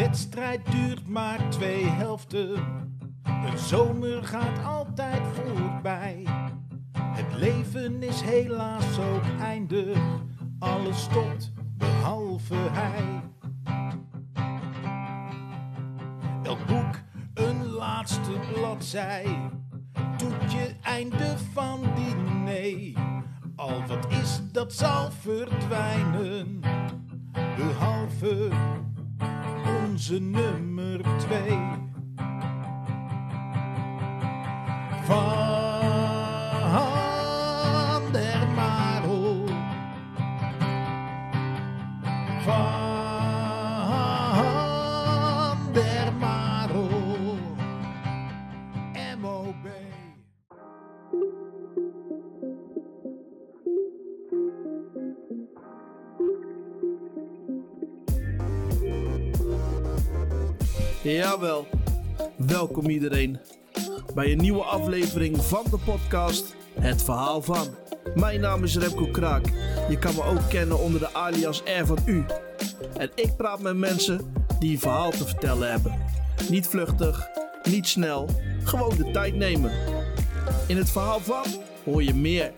wedstrijd duurt maar 2 helften. Een zomer gaat altijd voorbij. Het leven is helaas ook eindig. Alles stopt behalve hij. Elk boek een laatste bladzij. Toetje einde van diner. Al wat is dat zal verdwijnen. Behalve onze nummer 2. Van der Marel. Van der Marel. MOB. Jawel, welkom iedereen bij een nieuwe aflevering van de podcast Het Verhaal Van. Mijn naam is Remco Kraak, je kan me ook kennen onder de alias R van U. En ik praat met mensen die een verhaal te vertellen hebben. Niet vluchtig, niet snel, gewoon de tijd nemen. In Het Verhaal Van hoor je meer.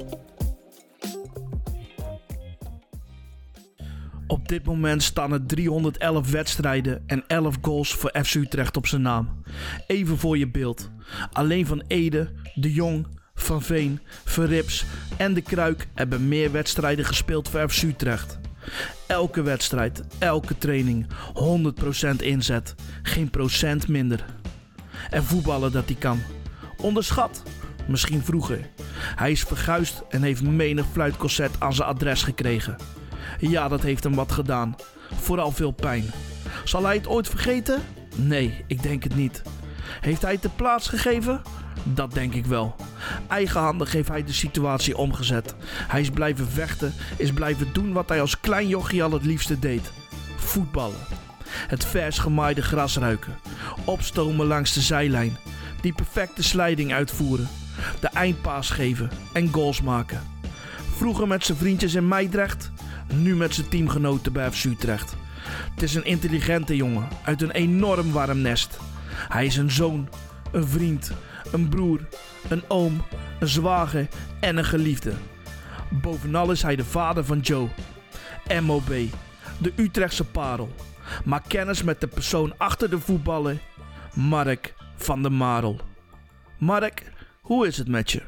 Op dit moment staan er 311 wedstrijden en 11 goals voor FC Utrecht op zijn naam. Even voor je beeld. Alleen Van Ede, De Jong, Van Veen, Verrips en De Kruik hebben meer wedstrijden gespeeld voor FC Utrecht. Elke wedstrijd, elke training, 100% inzet, geen procent minder. En voetballen dat hij kan. Onderschat? Misschien vroeger. Hij is verguisd en heeft menig fluitconcert aan zijn adres gekregen. Ja, dat heeft hem wat gedaan. Vooral veel pijn. Zal hij het ooit vergeten? Nee, ik denk het niet. Heeft hij het de plaats gegeven? Dat denk ik wel. Eigenhandig heeft hij de situatie omgezet. Hij is blijven vechten, is blijven doen wat hij als klein jochie al het liefste deed. Voetballen. Het vers gemaaide gras ruiken. Opstomen langs de zijlijn. Die perfecte slijding uitvoeren. De eindpaas geven en goals maken. Vroeger met zijn vriendjes in Meidrecht. Nu met zijn teamgenoten bij FC Utrecht. Het is een intelligente jongen uit een enorm warm nest. Hij is een zoon, een vriend, een broer, een oom, een zwager en een geliefde. Bovenal is hij de vader van Joe. MOB, de Utrechtse parel. Maak kennis met de persoon achter de voetballer, Mark van der Marel. Mark, hoe is het met je?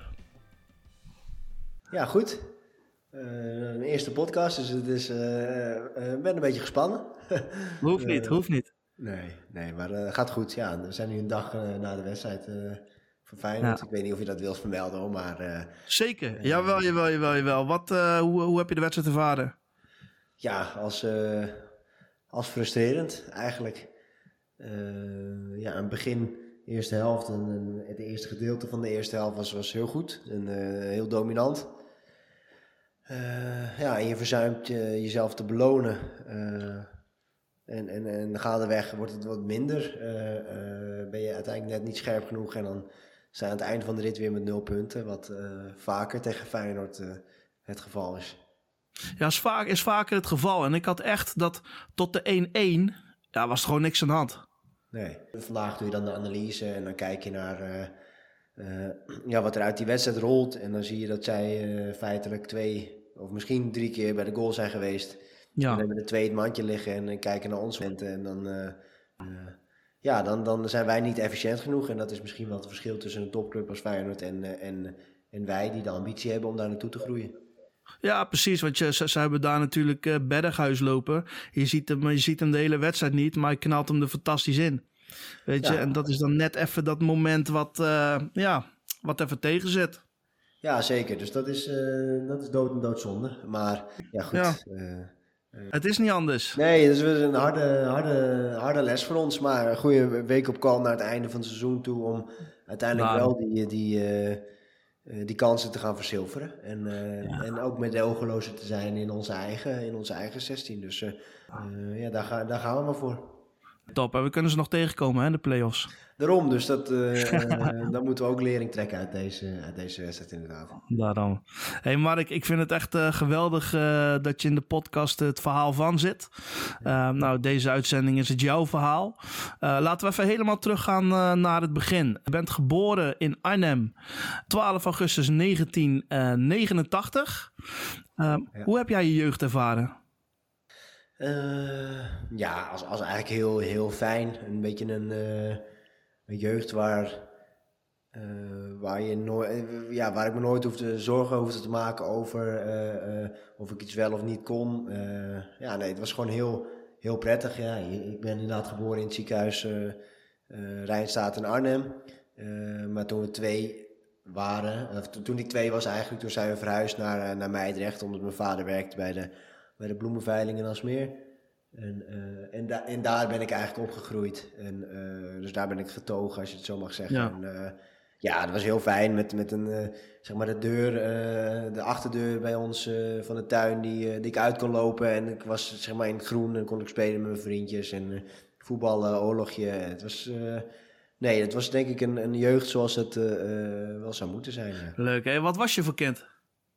Ja, goed. Mijn eerste podcast, dus het is, ben een beetje gespannen. Hoeft niet. Nee, maar het gaat goed. Ja, we zijn nu een dag na de wedstrijd van Feyenoord. Ja. Ik weet niet of je dat wilt vermelden, hoor, maar... Zeker, jawel. Hoe heb je de wedstrijd ervaren? Ja, als frustrerend eigenlijk. Aan het begin, de eerste helft en het eerste gedeelte van de eerste helft was heel goed en heel dominant. En je verzuimt jezelf te belonen. En gaandeweg wordt het wat minder. Ben je uiteindelijk net niet scherp genoeg. En dan zijn aan het eind van de rit weer met 0 punten. Wat vaker tegen Feyenoord het geval is. Ja, is vaker het geval. En ik had echt dat tot de 1-1 was er gewoon niks aan de hand. Nee. Vandaag doe je dan de analyse en dan kijk je naar wat er uit die wedstrijd rolt. En dan zie je dat zij feitelijk 2 of misschien 3 keer bij de goal zijn geweest. Ja. Dan hebben we de 2 het mandje liggen en kijken naar ons. En dan zijn wij niet efficiënt genoeg. En dat is misschien wel het verschil tussen een topclub als Feyenoord en wij die de ambitie hebben om daar naartoe te groeien. Ja, precies. Want ze hebben daar natuurlijk Berghuis lopen. Je ziet hem de hele wedstrijd niet, maar hij knalt hem er fantastisch in. Weet je, en dat is dan net even dat moment wat even tegen zit. Ja, zeker. Dus dat is dood en doodzonde. Maar ja, goed. Ja. Het is niet anders. Nee, dat is een harde les voor ons. Maar een goede week op kalm naar het einde van het seizoen toe. Om uiteindelijk wel die kansen te gaan verzilveren. En ook met de ogelozen te zijn in onze eigen 16. Dus daar gaan we maar voor. Top, en we kunnen ze nog tegenkomen, hè, de play-offs. Daarom, dus dan moeten we ook lering trekken uit deze wedstrijd inderdaad. Daarom. Hey Mark, ik vind het echt geweldig dat je in de podcast het verhaal van zit. Nou, deze uitzending is het jouw verhaal. Laten we even helemaal teruggaan naar het begin. Je bent geboren in Arnhem, 12 augustus 1989. Ja. Hoe heb jij je jeugd ervaren? Ja, als eigenlijk heel, heel fijn. Een beetje een jeugd waar ik me nooit hoefde zorgen hoefde te maken over of ik iets wel of niet kon. Het was gewoon heel, heel prettig. Ja. Ik ben inderdaad geboren in het ziekenhuis Rijnstaat in Arnhem. Maar toen we 2 waren, of toen ik 2 was eigenlijk, toen zijn we verhuisd naar Meidrecht, omdat mijn vader werkte bij de bloemenveiling in Alsmeer. En daar ben ik eigenlijk opgegroeid. Dus daar ben ik getogen, als je het zo mag zeggen. Ja. Dat was heel fijn met een, zeg maar de deur, de achterdeur bij ons van de tuin die ik uit kon lopen. En ik was zeg maar in het groen en kon ik spelen met mijn vriendjes en voetballen, oorlogje. Het was denk ik een jeugd zoals het wel zou moeten zijn. Ja. Leuk, hè? Wat was je voor kind?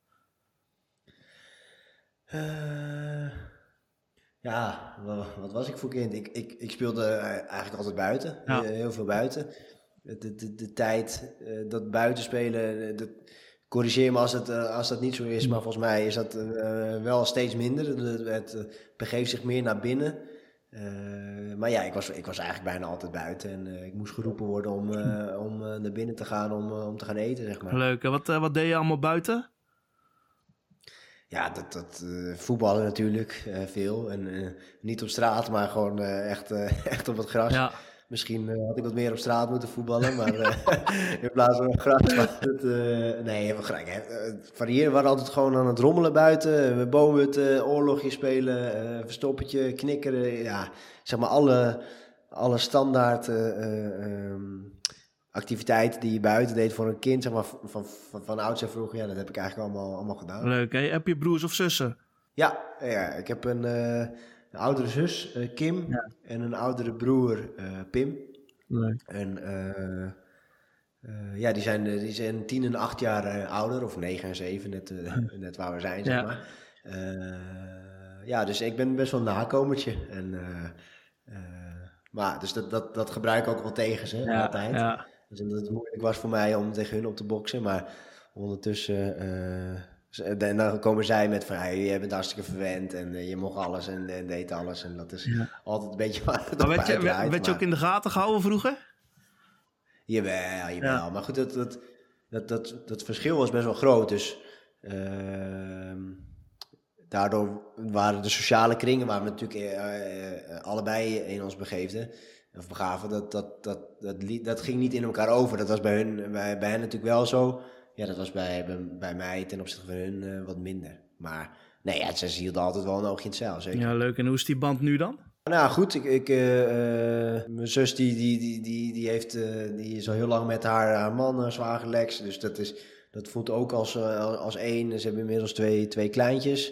Wat was ik voor kind? Ik speelde eigenlijk altijd buiten. Ja. Heel veel buiten. De tijd dat buitenspelen, corrigeer me als dat niet zo is, maar volgens mij is dat wel steeds minder. Het begeeft zich meer naar binnen. Maar ja, ik was eigenlijk bijna altijd buiten. En ik moest geroepen worden om naar binnen te gaan om te gaan eten, zeg maar. Leuk, en wat deed je allemaal buiten? Ja, voetballen natuurlijk, veel. En niet op straat, maar gewoon echt op het gras. Ja. Misschien had ik wat meer op straat moeten voetballen, maar in plaats van op gras. Maar het varieerde. We waren altijd gewoon aan het rommelen buiten. Boomhutten, oorlogje spelen, verstoppertje, knikkeren. Ja, zeg maar alle standaard activiteiten die je buiten deed voor een kind, zeg maar van ouds en vroeger. Ja, dat heb ik eigenlijk allemaal gedaan. Leuk, hè? Heb je broers of zussen? Ja, ik heb een oudere zus, Kim, en een oudere broer, Pim. Leuk. En die zijn 10 en 8 jaar ouder, of 9 en 7, net waar we zijn, zeg maar. Dus ik ben best wel een nakomertje. Maar dus dat gebruik ik ook wel tegen ze, altijd. Ja. Dus dat het moeilijk was voor mij om tegen hun op te boksen, maar ondertussen... En dan komen zij met van, je bent hartstikke verwend en je mocht alles en deed alles. En dat is altijd een beetje waar het op uitdraait. Werd je ook in de gaten gehouden vroeger? Jawel. Ja. Maar goed, dat verschil was best wel groot. Dus daardoor waren de sociale kringen waar we natuurlijk allebei in ons begaven, dat ging niet in elkaar over. Dat was bij hen natuurlijk wel zo. Ja, dat was bij mij ten opzichte van hun wat minder. Maar nee, ze hielden altijd wel een oogje in het zeil, zeker. Ja, leuk. En hoe is die band nu dan? Nou goed, mijn zus die is al heel lang met haar man, zwager Lex. Dus dat voelt ook als één. Ze hebben inmiddels twee kleintjes.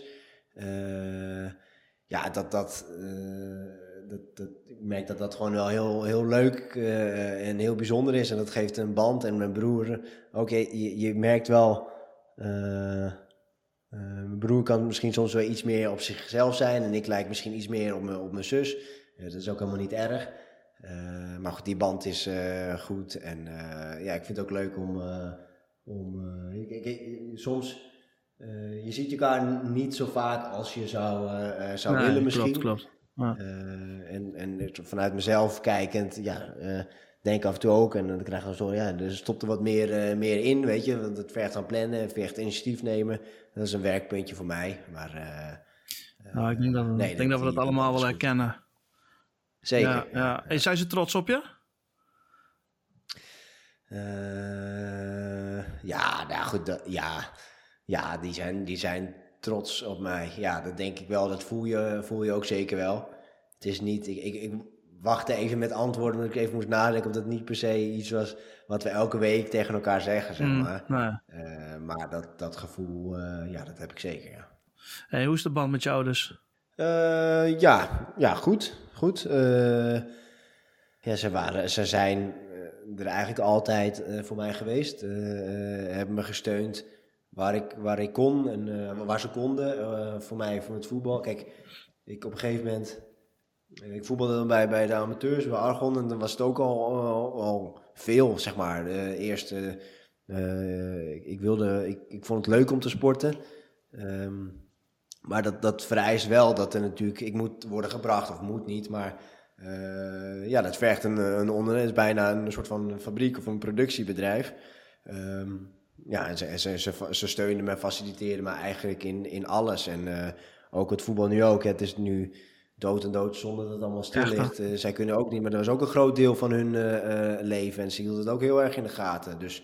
Ik merk dat gewoon wel heel, heel leuk en heel bijzonder is. En dat geeft een band. En mijn broer ook. Je merkt wel... mijn broer kan misschien soms wel iets meer op zichzelf zijn. En ik lijk misschien iets meer op mijn zus. Dat is ook helemaal niet erg. Maar goed, die band is goed. En ik vind het ook leuk om soms... je ziet elkaar niet zo vaak als je zou willen misschien. Klopt. Ja. En vanuit mezelf kijkend, denk af en toe ook. En dan krijg je zo, er stopt er wat meer in, weet je. Want het vergt aan plannen, het vergt initiatief nemen. Dat is een werkpuntje voor mij. Maar ik denk dat we dat allemaal wel herkennen. Zeker. Ja. Hey, zijn ze trots op je? Ja, die zijn trots op mij. Ja, dat denk ik wel. Dat voel je ook zeker wel. Het is niet... Ik wachtte even met antwoorden, omdat ik even moest nadenken of dat niet per se iets was wat we elke week tegen elkaar zeggen, zeg maar. Nee. Maar dat gevoel, dat heb ik zeker, ja. Hey, hoe is de band met je ouders? Goed. Ja, ze zijn er eigenlijk altijd voor mij geweest. Hebben me gesteund waar ik kon en waar ze konden. Voor mij, voor het voetbal. Kijk, ik op een gegeven moment... Ik voetbalde dan bij de amateurs, bij Argon. En dan was het ook al veel, zeg maar. Eerst, ik vond het leuk om te sporten. Maar dat vereist wel dat er natuurlijk... Ik moet worden gebracht, of moet niet, maar... dat vergt een onderdeel. Het is bijna een soort van fabriek of een productiebedrijf. En ze steunen me, faciliteren me eigenlijk in alles. En ook het voetbal nu ook. Het is nu dood en dood zonder dat het allemaal stil ligt. Zij kunnen ook niet, maar dat was ook een groot deel van hun leven. En ze hielden het ook heel erg in de gaten. Dus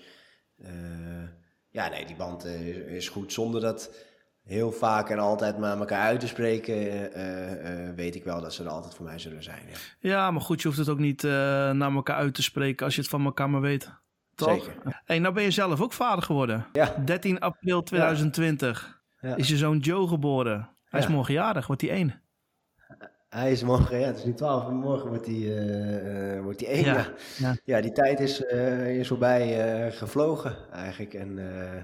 die band is goed. Zonder dat heel vaak en altijd naar elkaar uit te spreken, weet ik wel dat ze er altijd voor mij zullen zijn. Ja, ja, maar goed, je hoeft het ook niet naar elkaar uit te spreken als je het van elkaar maar weet. Toch? Zeker. Hey, nou ben je zelf ook vader geworden. Ja. 13 april 2020 Ja. is je zoon Joe geboren. Hij is morgen jarig, wordt hij 1. Hij is morgen, het is nu 12, morgen wordt hij 1. Ja. Ja, die tijd is voorbij gevlogen eigenlijk. En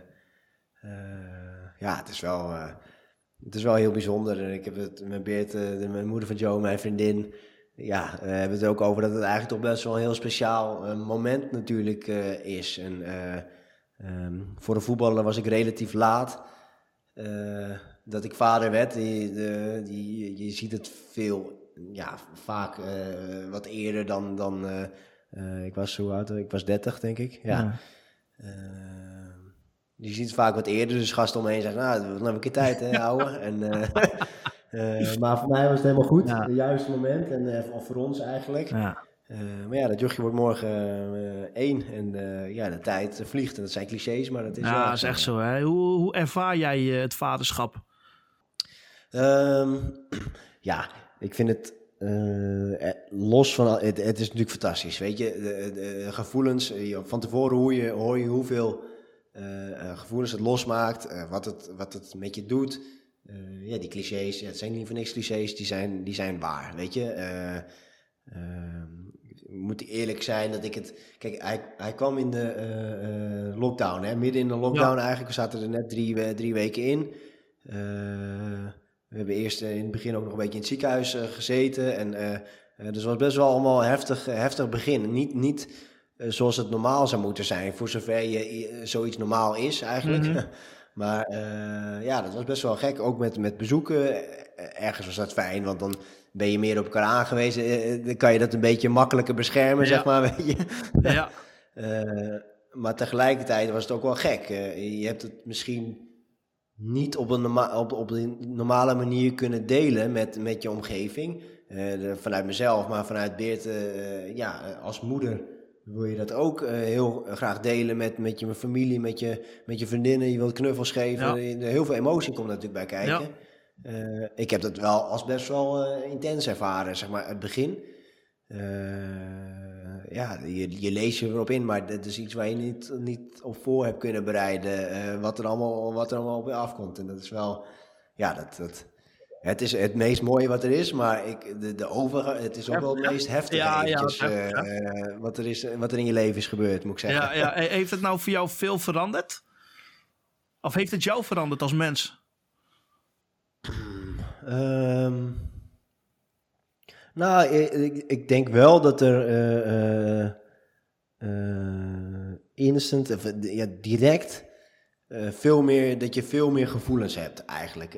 het is wel heel bijzonder. En ik heb het met Beert, mijn moeder van Joe, mijn vriendin, we hebben het ook over dat het eigenlijk toch best wel een heel speciaal moment natuurlijk is. En voor de voetballer was ik relatief laat dat ik vader werd. Je ziet het vaak wat eerder dan ik was hoe oud? Ik was 30 denk ik. Ja. Je ziet het vaak wat eerder, dus gasten omheen zeggen, nou, dan heb ik een tijd, hè, ouwe. En, maar voor mij was het helemaal goed, het juiste moment, en voor ons eigenlijk. Ja. Maar dat jochie wordt morgen 1 en de tijd vliegt. En dat zijn clichés, maar dat is dat is echt zo. Hè? Hoe ervaar jij het vaderschap? Ik vind het los van... Het is natuurlijk fantastisch, weet je. De gevoelens, van tevoren hoor je hoeveel gevoelens het losmaakt, wat het met je doet. Die clichés, het zijn niet voor niks clichés, die zijn waar, weet je. Moet eerlijk zijn dat ik het... Kijk, hij kwam in de lockdown, hè? Midden in de lockdown eigenlijk. We zaten er net 3 weken in. We hebben eerst in het begin ook nog een beetje in het ziekenhuis gezeten. En dus het was best wel allemaal heftig begin. Niet zoals het normaal zou moeten zijn, voor zover je zoiets normaal is eigenlijk. Mm-hmm. Maar dat was best wel gek, ook met bezoeken. Ergens was dat fijn, want dan ben je meer op elkaar aangewezen. Dan kan je dat een beetje makkelijker beschermen, zeg maar. Weet je? Ja. Maar tegelijkertijd was het ook wel gek. Je hebt het misschien niet op een normale manier kunnen delen met je omgeving. Vanuit mezelf, maar vanuit Beert, als moeder wil je dat ook heel graag delen met je familie, met je vriendinnen. Je wilt knuffels geven. Ja. Heel veel emotie komt natuurlijk bij kijken. Ja. Ik heb dat wel als best wel intens ervaren, zeg maar, het begin. Je leest je erop in, maar dat is iets waar je niet op voor hebt kunnen bereiden. Wat er allemaal op je afkomt. En dat is wel, het is het meest mooie wat er is, maar het is ook wel het meest heftige wat er in je leven is gebeurd, moet ik zeggen. Ja. Heeft het nou voor jou veel veranderd? Of heeft het jou veranderd als mens? Ik denk wel dat er direct dat je veel meer gevoelens hebt eigenlijk.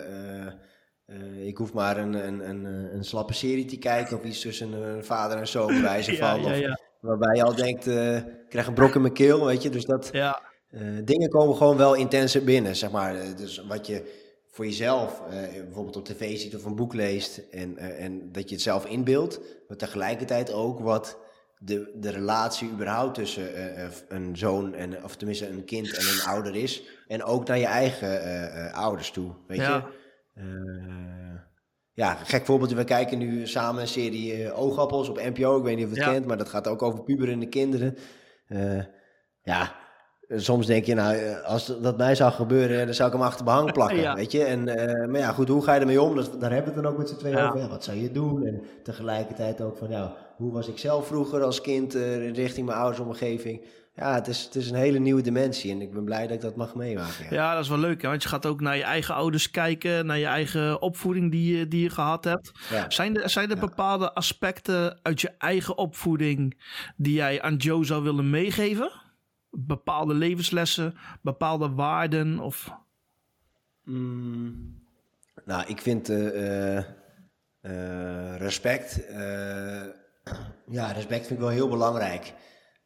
Ik hoef maar een slappe serie te kijken of iets tussen een vader en zoon wijze van. Waarbij je al denkt, ik krijg een brok in mijn keel, weet je. Dus dingen komen gewoon wel intenser binnen, zeg maar. Dus wat je voor jezelf bijvoorbeeld op tv ziet of een boek leest en dat je het zelf inbeeldt, maar tegelijkertijd ook wat de relatie überhaupt tussen een zoon of tenminste een kind en een ouder is, en ook naar je eigen ouders toe, weet je. Gek voorbeeld, we kijken nu samen een serie Oogappels op NPO, ik weet niet of je het kent, maar dat gaat ook over puberende kinderen. soms denk je, nou, als dat mij zou gebeuren, dan zou ik hem achter behang plakken, Ja. weet je. En, maar ja, goed, hoe ga je ermee om? Daar hebben we het dan ook met z'n tweeën Ja. over. Ja, wat zou je doen? En tegelijkertijd ook van, ja, hoe was ik zelf vroeger als kind richting mijn ouders omgeving? Ja, het is een hele nieuwe dimensie en ik ben blij dat ik dat mag meemaken. Ja. Ja, dat is wel leuk, hè? Want je gaat ook naar je eigen ouders kijken, naar je eigen opvoeding die je gehad hebt. Ja. Zijn er bepaalde aspecten uit je eigen opvoeding die jij aan Joe zou willen meegeven? Bepaalde levenslessen, bepaalde waarden of... Nou, ik vind respect. Respect vind ik wel heel belangrijk.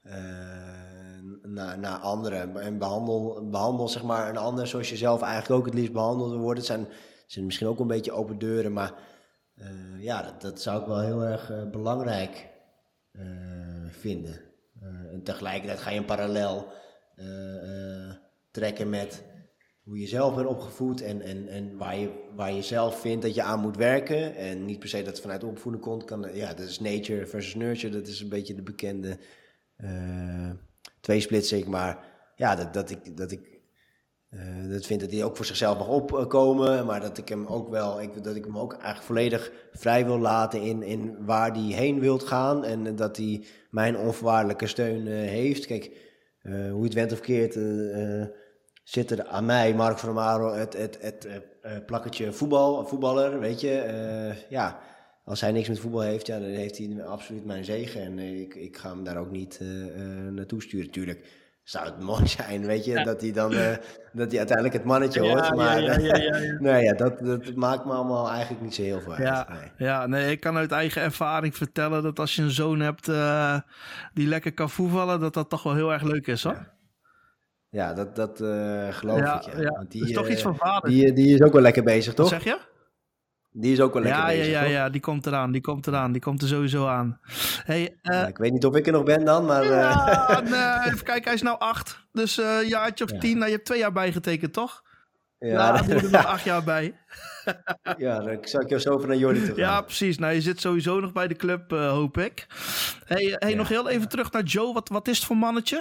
Naar anderen. En behandel zeg maar een ander zoals je zelf eigenlijk ook het liefst behandeld wil worden. Het zijn misschien ook een beetje open deuren, maar dat zou ik wel heel erg belangrijk vinden. En tegelijkertijd ga je een parallel trekken met hoe je zelf bent opgevoed en waar je zelf vindt dat je aan moet werken. En niet per se dat het vanuit opvoeding komt. Dat is nature versus nurture. Dat is een beetje de bekende tweesplitsing. Maar ja, dat vind dat hij ook voor zichzelf mag opkomen. Maar dat ik hem ook eigenlijk volledig vrij wil laten in waar hij heen wilt gaan. En dat hij mijn onvoorwaardelijke steun heeft. Kijk, hoe je het went of keert... zit er aan mij, Mark van der Marel, het plakketje voetballer, weet je. Als hij niks met voetbal heeft, ja, dan heeft hij absoluut mijn zegen. En ik ga hem daar ook niet naartoe sturen. Natuurlijk zou het mooi zijn, weet je, dat hij dan dat hij uiteindelijk het mannetje wordt. Maar nee, dat maakt me allemaal eigenlijk niet zo heel veel uit. Nee, ik kan uit eigen ervaring vertellen dat als je een zoon hebt die lekker kan voetballen, dat toch wel heel erg leuk is, hoor. Ja, dat geloof ik. Ja. Want dat is toch iets van vader. Die is ook wel lekker bezig, toch? Wat zeg je? Die is ook wel lekker bezig, toch? Ja, die komt eraan. Die komt er sowieso aan. Hey, ik weet niet of ik er nog ben dan, maar... even kijken, hij is nou 8. Dus een jaartje of 10. Nou, je hebt 2 jaar bijgetekend, toch? Ja, dan moet er nog 8 jaar bij. Ja, dan zal ik jou zo over naar Jordi toe gaan. Ja, precies. Nou, je zit sowieso nog bij de club, hoop ik. Hey, nog heel even terug naar Joe. Wat is het voor mannetje?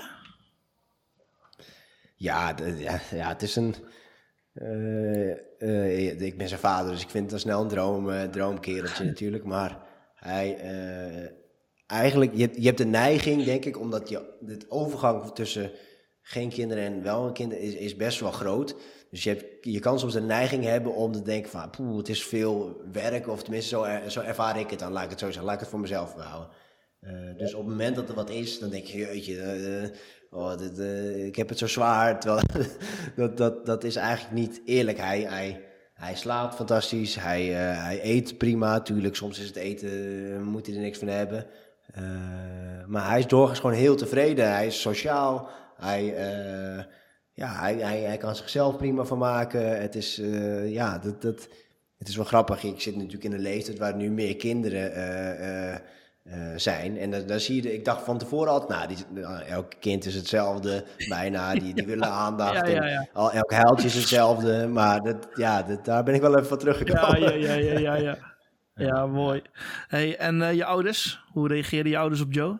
Ja, het is een... ik ben zijn vader, dus ik vind het al snel een droomkereltje natuurlijk. Maar hij... eigenlijk, je hebt de neiging, denk ik, omdat de overgang tussen geen kinderen en wel een kind is best wel groot. Dus je kan soms de neiging hebben om te denken van... het is veel werk, of tenminste zo ervaar ik het dan. Laat ik het zo zeggen, laat ik het voor mezelf houden. Dus op het moment dat er wat is, dan denk je... jeetje, ik heb het zo zwaar. Terwijl dat is eigenlijk niet eerlijk. Hij slaapt fantastisch. Hij eet prima. Tuurlijk, soms is het eten, moet hij er niks van hebben. Maar hij is doorgaans gewoon heel tevreden. Hij is sociaal. Hij kan zichzelf prima van maken. Het is, het is wel grappig. Ik zit natuurlijk in een leeftijd waar nu meer kinderen... zijn. En dan zie je, ik dacht van tevoren altijd, elk kind is hetzelfde, bijna, die willen aandacht. En elk huiltje is hetzelfde, maar daar ben ik wel even van teruggekomen. Ja, mooi. Hey, en je ouders, hoe reageerden je ouders op Joe?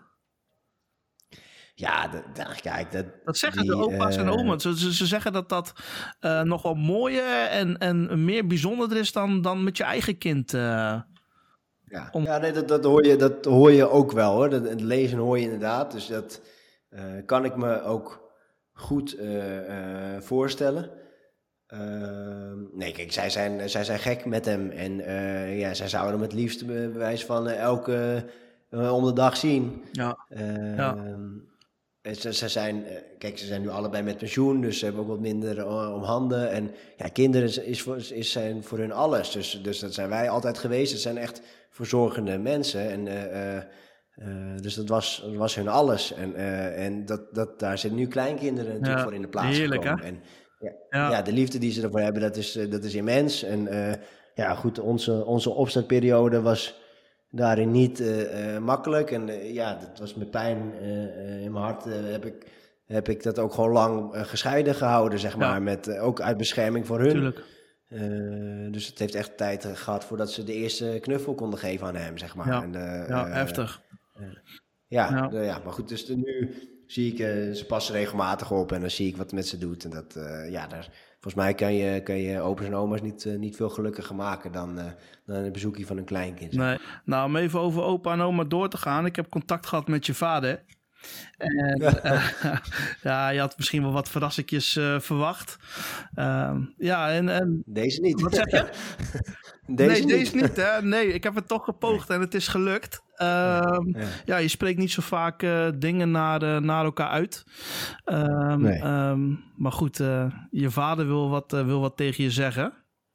Ja, kijk, dat zeggen de opa's en oma's. Ze zeggen dat nog wel mooier en meer bijzonderder is dan met je eigen kind. Dat hoor je ook wel, hoor. Het lezen hoor je inderdaad. Dus dat kan ik me ook goed voorstellen. Nee, kijk, zij zijn gek met hem. En zij zouden hem het liefst bij wijze van om de dag zien. Ze zijn nu allebei met pensioen, dus ze hebben ook wat minder om handen. En ja, kinderen zijn voor hun alles. Dus dat zijn wij altijd geweest. Het zijn echt verzorgende mensen. En dus dat was hun alles. En daar zijn nu kleinkinderen natuurlijk voor in de plaats heerlijk, gekomen. En de liefde die ze ervoor hebben, dat is immens. En goed, onze opstartperiode was daarin niet makkelijk. En dat was met pijn in mijn hart heb ik dat ook gewoon lang gescheiden gehouden, zeg maar. Met, ook uit bescherming voor hun. Tuurlijk. Dus het heeft echt tijd gehad voordat ze de eerste knuffel konden geven aan hem, zeg maar. Heftig. Maar goed, dus nu zie ik, ze passen regelmatig op en dan zie ik wat het met ze doet. En dat, volgens mij kan je opa's en oma's niet veel gelukkiger maken dan een bezoekje van een kleinkind. Nee. Nou, om even over opa en oma door te gaan. Ik heb contact gehad met je vader. En ja, je had misschien wel wat verrassingjes verwacht. En Deze niet. wat zeg je? Deze niet, hè? Nee, ik heb het toch gepoogd en het is gelukt. Ja, je spreekt niet zo vaak dingen naar elkaar uit. Maar goed, je vader wil wat tegen je zeggen.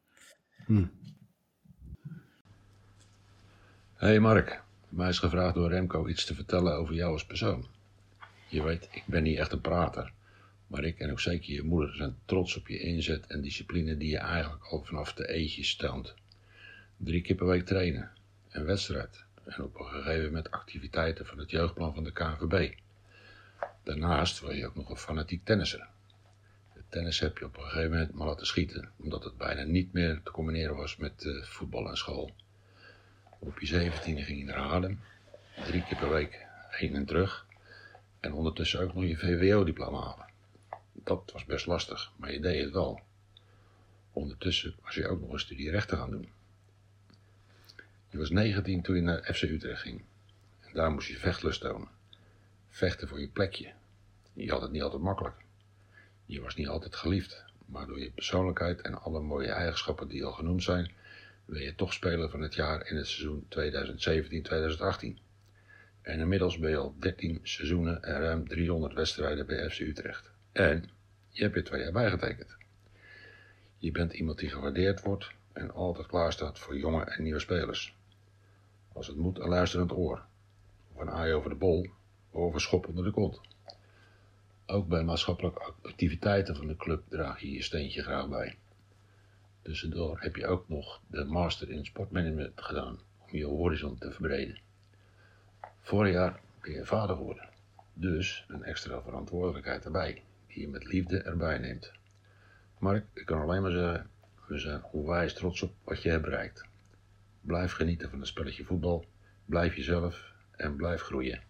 Hey Mark, mij is gevraagd door Remco iets te vertellen over jou als persoon. Je weet, ik ben niet echt een prater, maar ik en ook zeker je moeder zijn trots op je inzet en discipline die je eigenlijk al vanaf de eetjes toont. 3 keer per week trainen, een wedstrijd en op een gegeven moment activiteiten van het jeugdplan van de KNVB. Daarnaast wil je ook nog een fanatiek tennisser. Het tennis heb je op een gegeven moment maar laten schieten, omdat het bijna niet meer te combineren was met voetbal en school. Op je 17e ging je naar Haarlem, 3 keer per week heen en terug. En ondertussen ook nog je VWO-diploma halen. Dat was best lastig, maar je deed het wel. Ondertussen was je ook nog een studie rechten gaan doen. Je was 19 toen je naar FC Utrecht ging. En daar moest je vechtlust tonen. Vechten voor je plekje. Je had het niet altijd makkelijk. Je was niet altijd geliefd. Maar door je persoonlijkheid en alle mooie eigenschappen die al genoemd zijn, ben je toch speler van het jaar in het seizoen 2017-2018. En inmiddels ben je al 13 seizoenen en ruim 300 wedstrijden bij FC Utrecht. En je hebt er 2 jaar bijgetekend. Je bent iemand die gewaardeerd wordt en altijd klaar staat voor jonge en nieuwe spelers. Als het moet, een luisterend oor. Of een aai over de bol, of een schop onder de kont. Ook bij maatschappelijke activiteiten van de club draag je je steentje graag bij. Tussendoor heb je ook nog de master in sportmanagement gedaan om je horizon te verbreden. Vorig jaar ben je vader geworden, dus een extra verantwoordelijkheid erbij, die je met liefde erbij neemt. Mark, ik kan alleen maar zeggen, we zijn onwijs trots op wat je hebt bereikt. Blijf genieten van het spelletje voetbal, blijf jezelf en blijf groeien.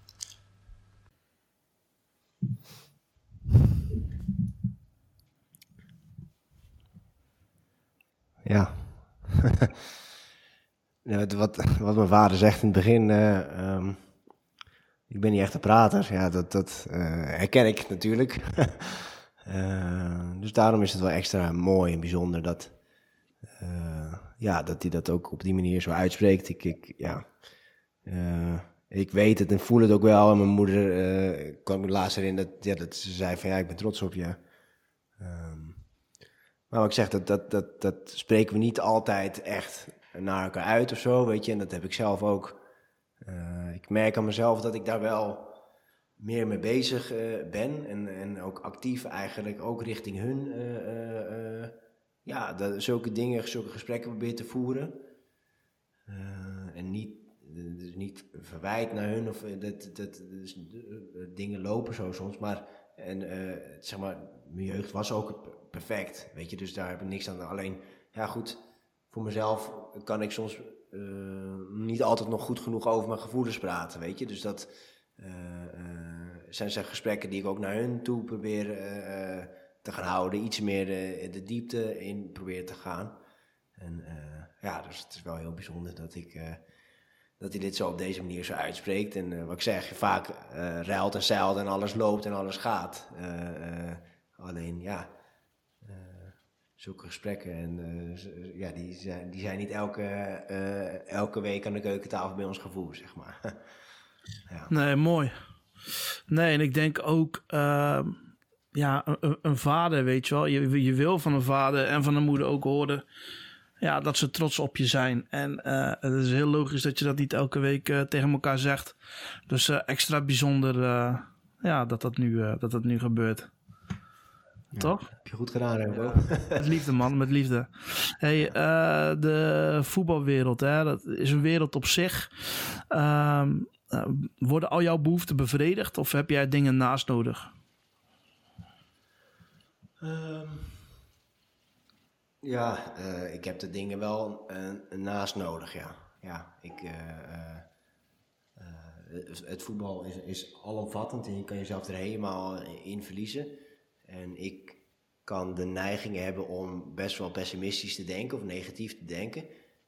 Ja. Wat mijn vader zegt in het begin, ik ben niet echt een prater. Ja, dat herken ik natuurlijk. Dus daarom is het wel extra mooi en bijzonder dat hij dat ook op die manier zo uitspreekt. Ik weet het en voel het ook wel. En mijn moeder kwam me laatst erin dat ze zei van ja, ik ben trots op je. Maar wat ik zeg, dat spreken we niet altijd echt naar elkaar uit of zo, weet je. En dat heb ik zelf ook. Ik merk aan mezelf dat ik daar wel meer mee bezig ben. En ook actief eigenlijk, ook richting hun. Zulke gesprekken probeer te voeren. En niet verwijt naar hun of dingen lopen zo soms. Maar mijn jeugd was ook perfect, weet je, dus daar heb ik niks aan. Alleen, ja goed, voor mezelf kan ik soms niet altijd nog goed genoeg over mijn gevoelens praten, weet je. Dus dat zijn gesprekken die ik ook naar hun toe probeer te gaan houden. Iets meer de diepte in probeer te gaan. En dus het is wel heel bijzonder dat hij dit zo op deze manier zo uitspreekt. En wat ik zeg, vaak ruilt en zeilt en alles loopt en alles gaat. Alleen, zulke gesprekken en die zijn niet elke week aan de keukentafel bij ons gevoerd, zeg maar. Ja. Nee, mooi. Nee, en ik denk ook, een vader, weet je wel. Je wil van een vader en van een moeder ook horen dat ze trots op je zijn. En het is heel logisch dat je dat niet elke week tegen elkaar zegt. Dus extra bijzonder dat dat nu gebeurt. Ja, toch? Heb je goed gedaan, Remco. Met liefde, man, met liefde. Hey, de voetbalwereld, hè, dat is een wereld op zich. Worden al jouw behoeften bevredigd of heb jij dingen naast nodig? Ik heb de dingen wel naast nodig, ja. Ja, het voetbal is alomvattend en je kan jezelf er helemaal in verliezen. En ik kan de neiging hebben om best wel pessimistisch te denken of negatief te denken.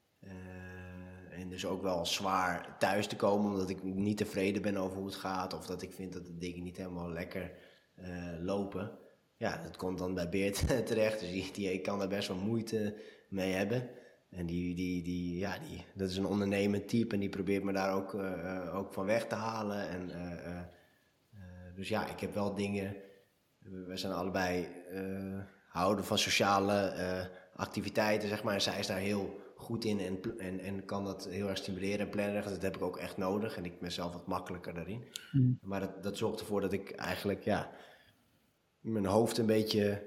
En dus ook wel zwaar thuis te komen omdat ik niet tevreden ben over hoe het gaat. Of dat ik vind dat de dingen niet helemaal lekker lopen. Ja, dat komt dan bij Beert terecht. Dus ik kan daar best wel moeite mee hebben. En dat is een ondernemend type en die probeert me daar ook van weg te halen. En, dus ja, ik heb wel dingen. We zijn allebei houden van sociale activiteiten, zeg maar. En zij is daar heel goed in en kan dat heel erg stimuleren en plannen. Dat heb ik ook echt nodig en ik ben zelf wat makkelijker daarin. Maar dat zorgt ervoor dat ik eigenlijk mijn hoofd een beetje...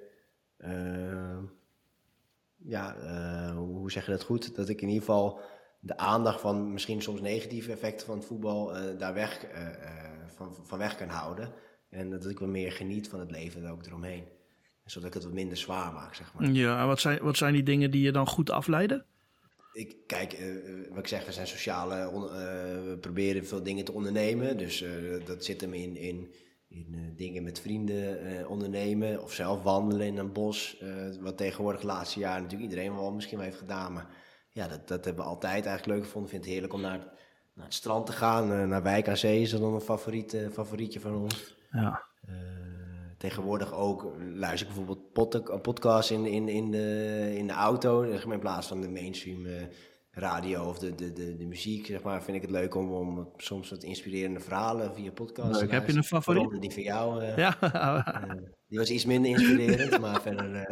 hoe zeg je dat goed? Dat ik in ieder geval de aandacht van misschien soms negatieve effecten van het voetbal daar van weg kan houden. En dat ik wat meer geniet van het leven en ook eromheen. Zodat ik het wat minder zwaar maak, zeg maar. Ja, wat zijn die dingen die je dan goed afleiden? Wat ik zeg, we zijn sociale, we proberen veel dingen te ondernemen. Dus dat zit hem in dingen met vrienden ondernemen of zelf wandelen in een bos. Wat tegenwoordig de laatste jaren natuurlijk iedereen wel misschien wel heeft gedaan. Maar ja, dat hebben we altijd eigenlijk leuk gevonden. Ik vind het heerlijk om naar het strand te gaan. Naar Wijk aan Zee is dat dan een favorietje van ons. Ja. Tegenwoordig ook luister ik bijvoorbeeld podcasts in de auto. Zeg maar, in plaats van de mainstream radio of de muziek, zeg maar, vind ik het leuk om soms wat inspirerende verhalen via podcasts. Leuk. Heb je een favoriet? Waaronder die van jou. Ja. Die was iets minder inspirerend, maar verder...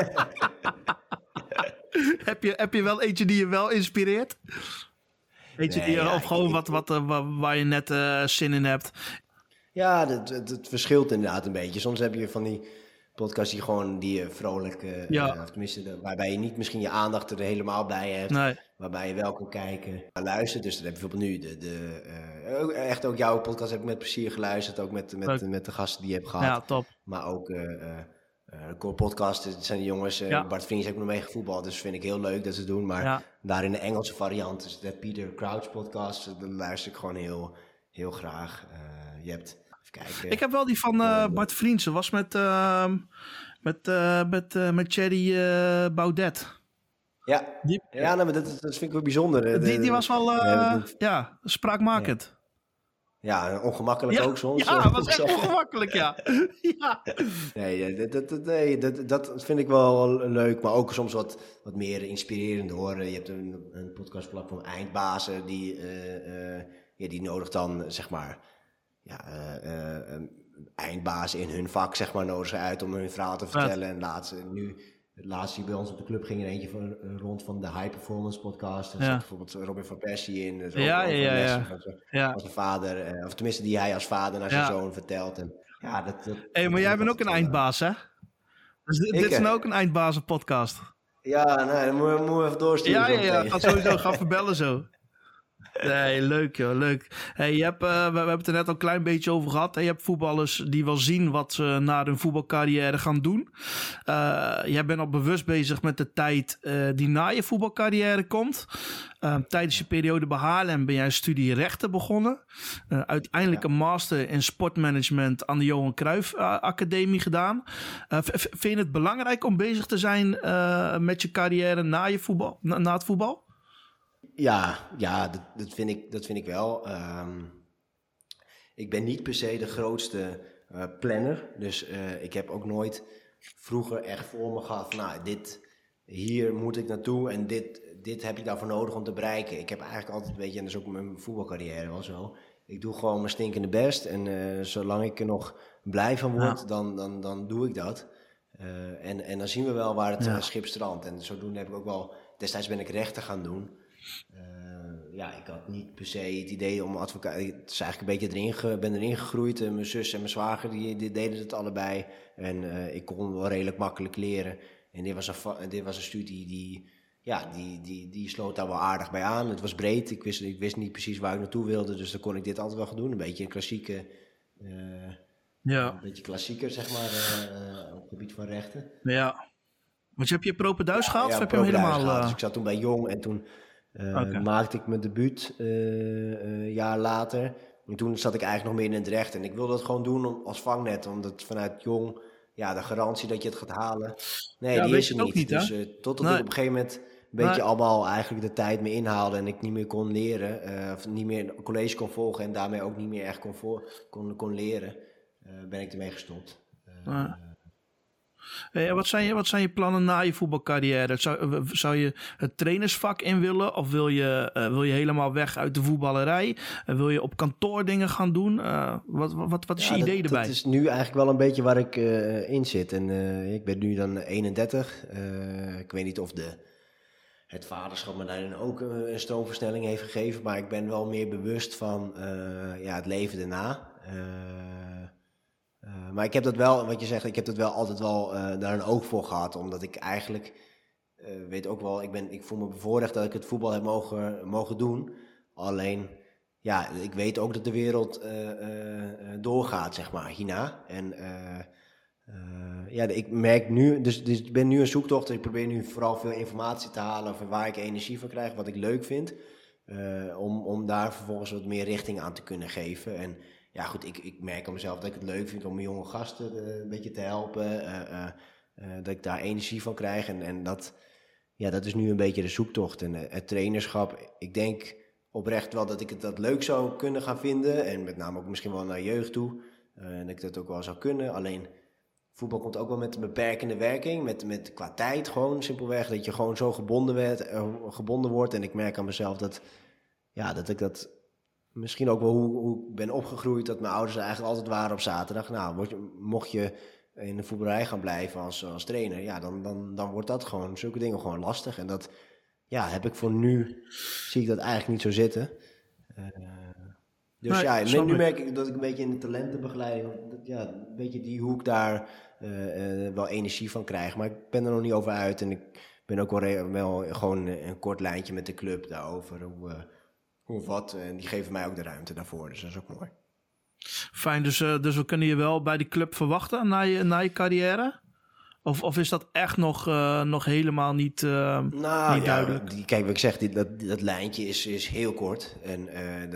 Heb je wel eentje die je wel inspireert? Eentje of gewoon waar je net zin in hebt? Ja, het verschilt inderdaad een beetje. Soms heb je van die podcasts die je vrolijk... of tenminste, waarbij je niet misschien je aandacht er helemaal bij hebt. Nee. Waarbij je wel kan kijken en luisteren. Dus dan heb je bijvoorbeeld nu echt ook jouw podcast heb ik met plezier geluisterd. Ook met de gasten die je hebt gehad. Ja, top. Maar ook de core podcast, het zijn de jongens. Bart Vriends heb ik nog mee gevoetbald. Dus vind ik heel leuk dat ze het doen. Maar daar in de Engelse variant, dus de Peter Crouch podcast, dan luister ik gewoon heel, heel graag. Je hebt... Kijken. Ik heb wel die van Bart Vriendsen. Was met Thierry Baudet. Ja, maar dat vind ik wel bijzonder. Die was wel spraakmakend. Ja, ongemakkelijk ook soms. Ja, het was echt ongemakkelijk, ja. Nee, dat vind ik wel leuk, maar ook soms wat meer inspirerend hoor. Je hebt een podcastplatform Eindbazen, die nodigt dan, zeg maar... eindbazen in hun vak, zeg maar, nodig ze uit om hun verhaal te vertellen. En laatst hier bij ons op de club ging er eentje rond van de High Performance podcast. Er zat bijvoorbeeld Robin van Persie in. Van zijn vader, of tenminste die hij als vader naar zijn zoon vertelt. En, maar jij bent ook een eindbaas, hè? Dus dit is nou ook een eindbazen podcast. Ja, dan moeten we even doorsturen. Ja, gaat sowieso, ga verbellen zo. Nee, leuk joh, leuk. Hey, we hebben het er net al een klein beetje over gehad. Je hebt voetballers die wel zien wat ze na hun voetbalcarrière gaan doen. Jij bent al bewust bezig met de tijd die na je voetbalcarrière komt. Tijdens je periode bij Haarlem ben jij een studie rechten begonnen. Uiteindelijk een master in sportmanagement aan de Johan Cruijff Academie gedaan. Vind je het belangrijk om bezig te zijn met je carrière na het voetbal? Ja, dat vind ik wel. Ik ben niet per se de grootste planner. Dus ik heb ook nooit vroeger echt voor me gehad van hier moet ik naartoe en dit heb ik daarvoor nodig om te bereiken. Ik heb eigenlijk altijd een beetje, en dat is ook mijn voetbalcarrière wel zo. Ik doe gewoon mijn stinkende best en zolang ik er nog blij van word, dan doe ik dat. En dan zien we wel waar het schip strandt. En zodoende heb ik ook wel, destijds ben ik rechten gaan doen. Ik had niet per se het idee om advocaat. Het is eigenlijk een beetje ben erin gegroeid. Mijn zus en mijn zwager die deden het allebei. En ik kon wel redelijk makkelijk leren. En dit was een studie die sloot daar wel aardig bij aan. Het was breed. Ik wist niet precies waar ik naartoe wilde. Dus dan kon ik dit altijd wel gaan doen. Een beetje een klassieke... Een beetje klassieker, zeg maar, op het gebied van rechten. Ja. Want heb je propeduis gehaald of heb je hem helemaal... Dus ik zat toen bij Jong en toen maakte ik mijn debuut een jaar later. En toen zat ik eigenlijk nog meer in het recht. En ik wilde dat gewoon doen als vangnet. Omdat vanuit jong, ja, de garantie dat je het gaat halen. Nee, Ja, die weet is je er het ook niet. niet, hè? Dus totdat Nee. ik op een gegeven moment een beetje Nee. allemaal eigenlijk de tijd me inhaalde. En ik niet meer kon leren. Of niet meer een college kon volgen. En daarmee ook niet meer echt kon leren. Ben ik ermee gestopt. Ja. Hey, wat zijn je plannen na je voetbalcarrière? Zou je het trainersvak in willen? Of wil je helemaal weg uit de voetballerij? Wil je op kantoor dingen gaan doen? Wat is je idee erbij? Dat is nu eigenlijk wel een beetje waar ik in zit. En ik ben nu dan 31. Ik weet niet of het vaderschap me daarin ook een stroomversnelling heeft gegeven. Maar ik ben wel meer bewust van het leven daarna. Maar ik heb dat wel, wat je zegt, ik heb dat wel altijd wel daar een oog voor gehad. Omdat ik eigenlijk, weet ook wel, ik voel me bevoorrecht dat ik het voetbal heb mogen doen. Alleen, ja, ik weet ook dat de wereld doorgaat, zeg maar, hierna. En ik merk nu, dus ik ben nu een zoektocht. Ik probeer nu vooral veel informatie te halen over waar ik energie van krijg, wat ik leuk vind. Om daar vervolgens wat meer richting aan te kunnen geven. En ja, goed, ik merk aan mezelf dat ik het leuk vind om mijn jonge gasten een beetje te helpen. Dat ik daar energie van krijg. En dat is nu een beetje de zoektocht. En het trainerschap, ik denk oprecht wel dat ik dat leuk zou kunnen gaan vinden. En met name ook misschien wel naar jeugd toe. En dat ik dat ook wel zou kunnen. Alleen, voetbal komt ook wel met een beperkende werking. Met qua tijd gewoon simpelweg. Dat je gewoon zo gebonden wordt. En ik merk aan mezelf dat ik dat... Misschien ook wel hoe ik ben opgegroeid, dat mijn ouders er eigenlijk altijd waren op zaterdag. Nou, mocht je in de voetballerij gaan blijven als trainer, ja, dan wordt dat gewoon, zulke dingen gewoon lastig. En dat heb ik voor nu, zie ik dat eigenlijk niet zo zitten. Nu merk ik dat ik een beetje in de talentenbegeleiding, een beetje die hoek daar wel energie van krijg. Maar ik ben er nog niet over uit en ik ben ook wel gewoon een kort lijntje met de club daarover, hoe of wat. En die geven mij ook de ruimte daarvoor. Dus dat is ook mooi. Fijn, dus we kunnen je wel bij die club verwachten na je carrière? Of is dat echt nog helemaal niet duidelijk? Kijk, wat ik zeg, dat lijntje is heel kort. En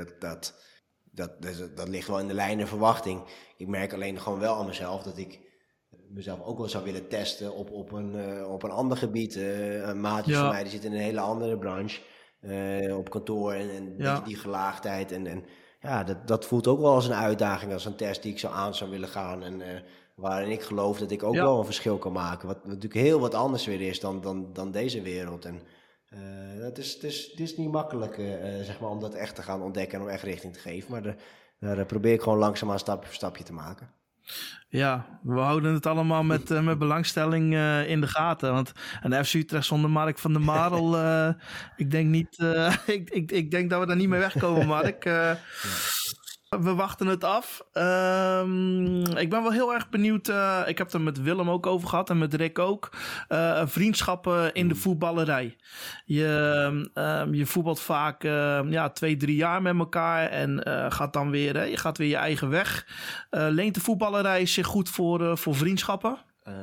dat ligt wel in de lijn der verwachting. Ik merk alleen gewoon wel aan mezelf dat ik mezelf ook wel zou willen testen op een ander gebied. Maatjes van mij die zitten in een hele andere branche. Op kantoor en die gelaagdheid. En dat voelt ook wel als een uitdaging, als een test die ik zou willen gaan. En waarin ik geloof dat ik ook wel een verschil kan maken. Wat natuurlijk heel wat anders weer is dan deze wereld. En het is niet makkelijk zeg maar, om dat echt te gaan ontdekken en om echt richting te geven. Maar daar probeer ik gewoon langzaamaan stapje voor stapje te maken. Ja, we houden het allemaal met belangstelling in de gaten. Want een FC Utrecht zonder Mark van der Marel, ik denk niet. Ik denk dat we daar niet mee wegkomen, Mark. We wachten het af. Ik ben wel heel erg benieuwd. Ik heb het er met Willem ook over gehad en met Rick ook. Vriendschappen in de voetballerij. Je voetbalt vaak 2-3 jaar met elkaar en gaat dan weer, je gaat weer je eigen weg. Leent de voetballerij zich goed voor vriendschappen?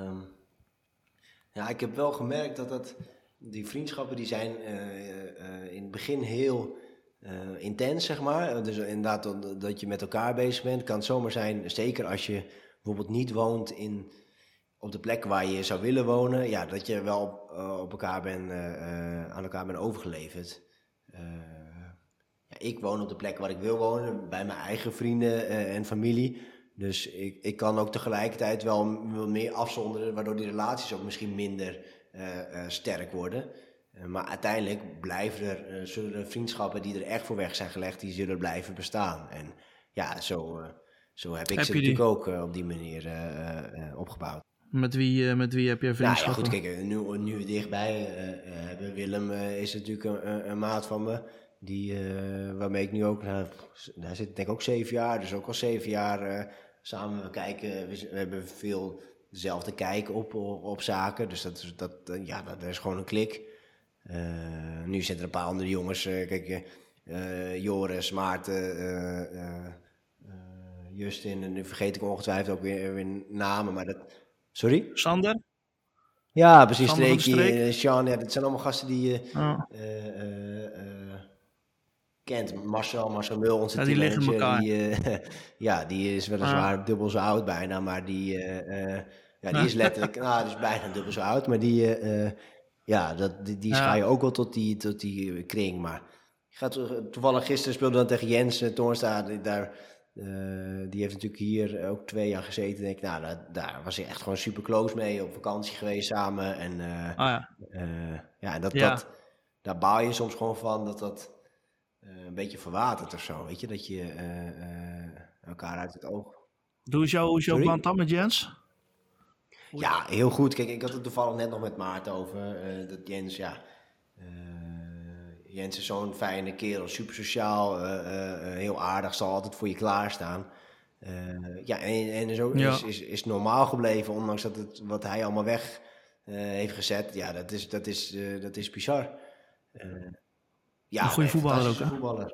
Ik heb wel gemerkt dat die vriendschappen die zijn in het begin heel intens, zeg maar. Dus inderdaad dat je met elkaar bezig bent. Kan het zomaar zijn, zeker als je bijvoorbeeld niet woont op de plek waar je zou willen wonen. Ja, dat je wel op elkaar aan elkaar bent overgeleverd. Ik woon op de plek waar ik wil wonen, bij mijn eigen vrienden en familie. Dus ik kan ook tegelijkertijd wel meer afzonderen, waardoor die relaties ook misschien minder sterk worden. Maar uiteindelijk zullen er vriendschappen die er echt voor weg zijn gelegd, die zullen blijven bestaan. En ja, zo heb ik ze natuurlijk ook op die manier opgebouwd. Met wie heb jij vriendschappen? Ja, goed, kijk, nu we dichtbij hebben. Willem is natuurlijk een maat van me. Waarmee ik nu ook, daar zit denk ik ook 7 jaar, dus ook al 7 jaar samen kijken. We hebben veel dezelfde kijk op zaken, dus dat is gewoon een klik. Nu zitten er een paar andere jongens, Joris, Maarten, Justin, en nu vergeet ik ongetwijfeld ook weer namen, maar dat... Sorry? Sander? Ja, precies, Streekie, Sean, dat zijn allemaal gasten die kent. Marcel Mul, onze die liggen teammanager, die is weliswaar dubbel zo oud bijna, maar die is letterlijk, die is bijna dubbel zo oud, maar die schaar je ook wel tot die kring. Maar toevallig gisteren speelde dan tegen Jens Toornstra, die heeft natuurlijk hier ook 2 jaar gezeten. Denk ik, daar was hij echt gewoon super close mee, op vakantie geweest samen. En daar baal je soms gewoon van dat een beetje verwatert of zo, weet je, dat je elkaar uit het oog. Hoe is jouw band dan met Jens? Ja, heel goed. Kijk, ik had het toevallig net nog met Maarten over, dat Jens, Jens is zo'n fijne kerel, super sociaal, heel aardig, zal altijd voor je klaarstaan. En zo is normaal gebleven, ondanks dat het wat hij allemaal weg heeft gezet. Ja, dat is bizar. Een goede voetballer ook, hè? Voetballer.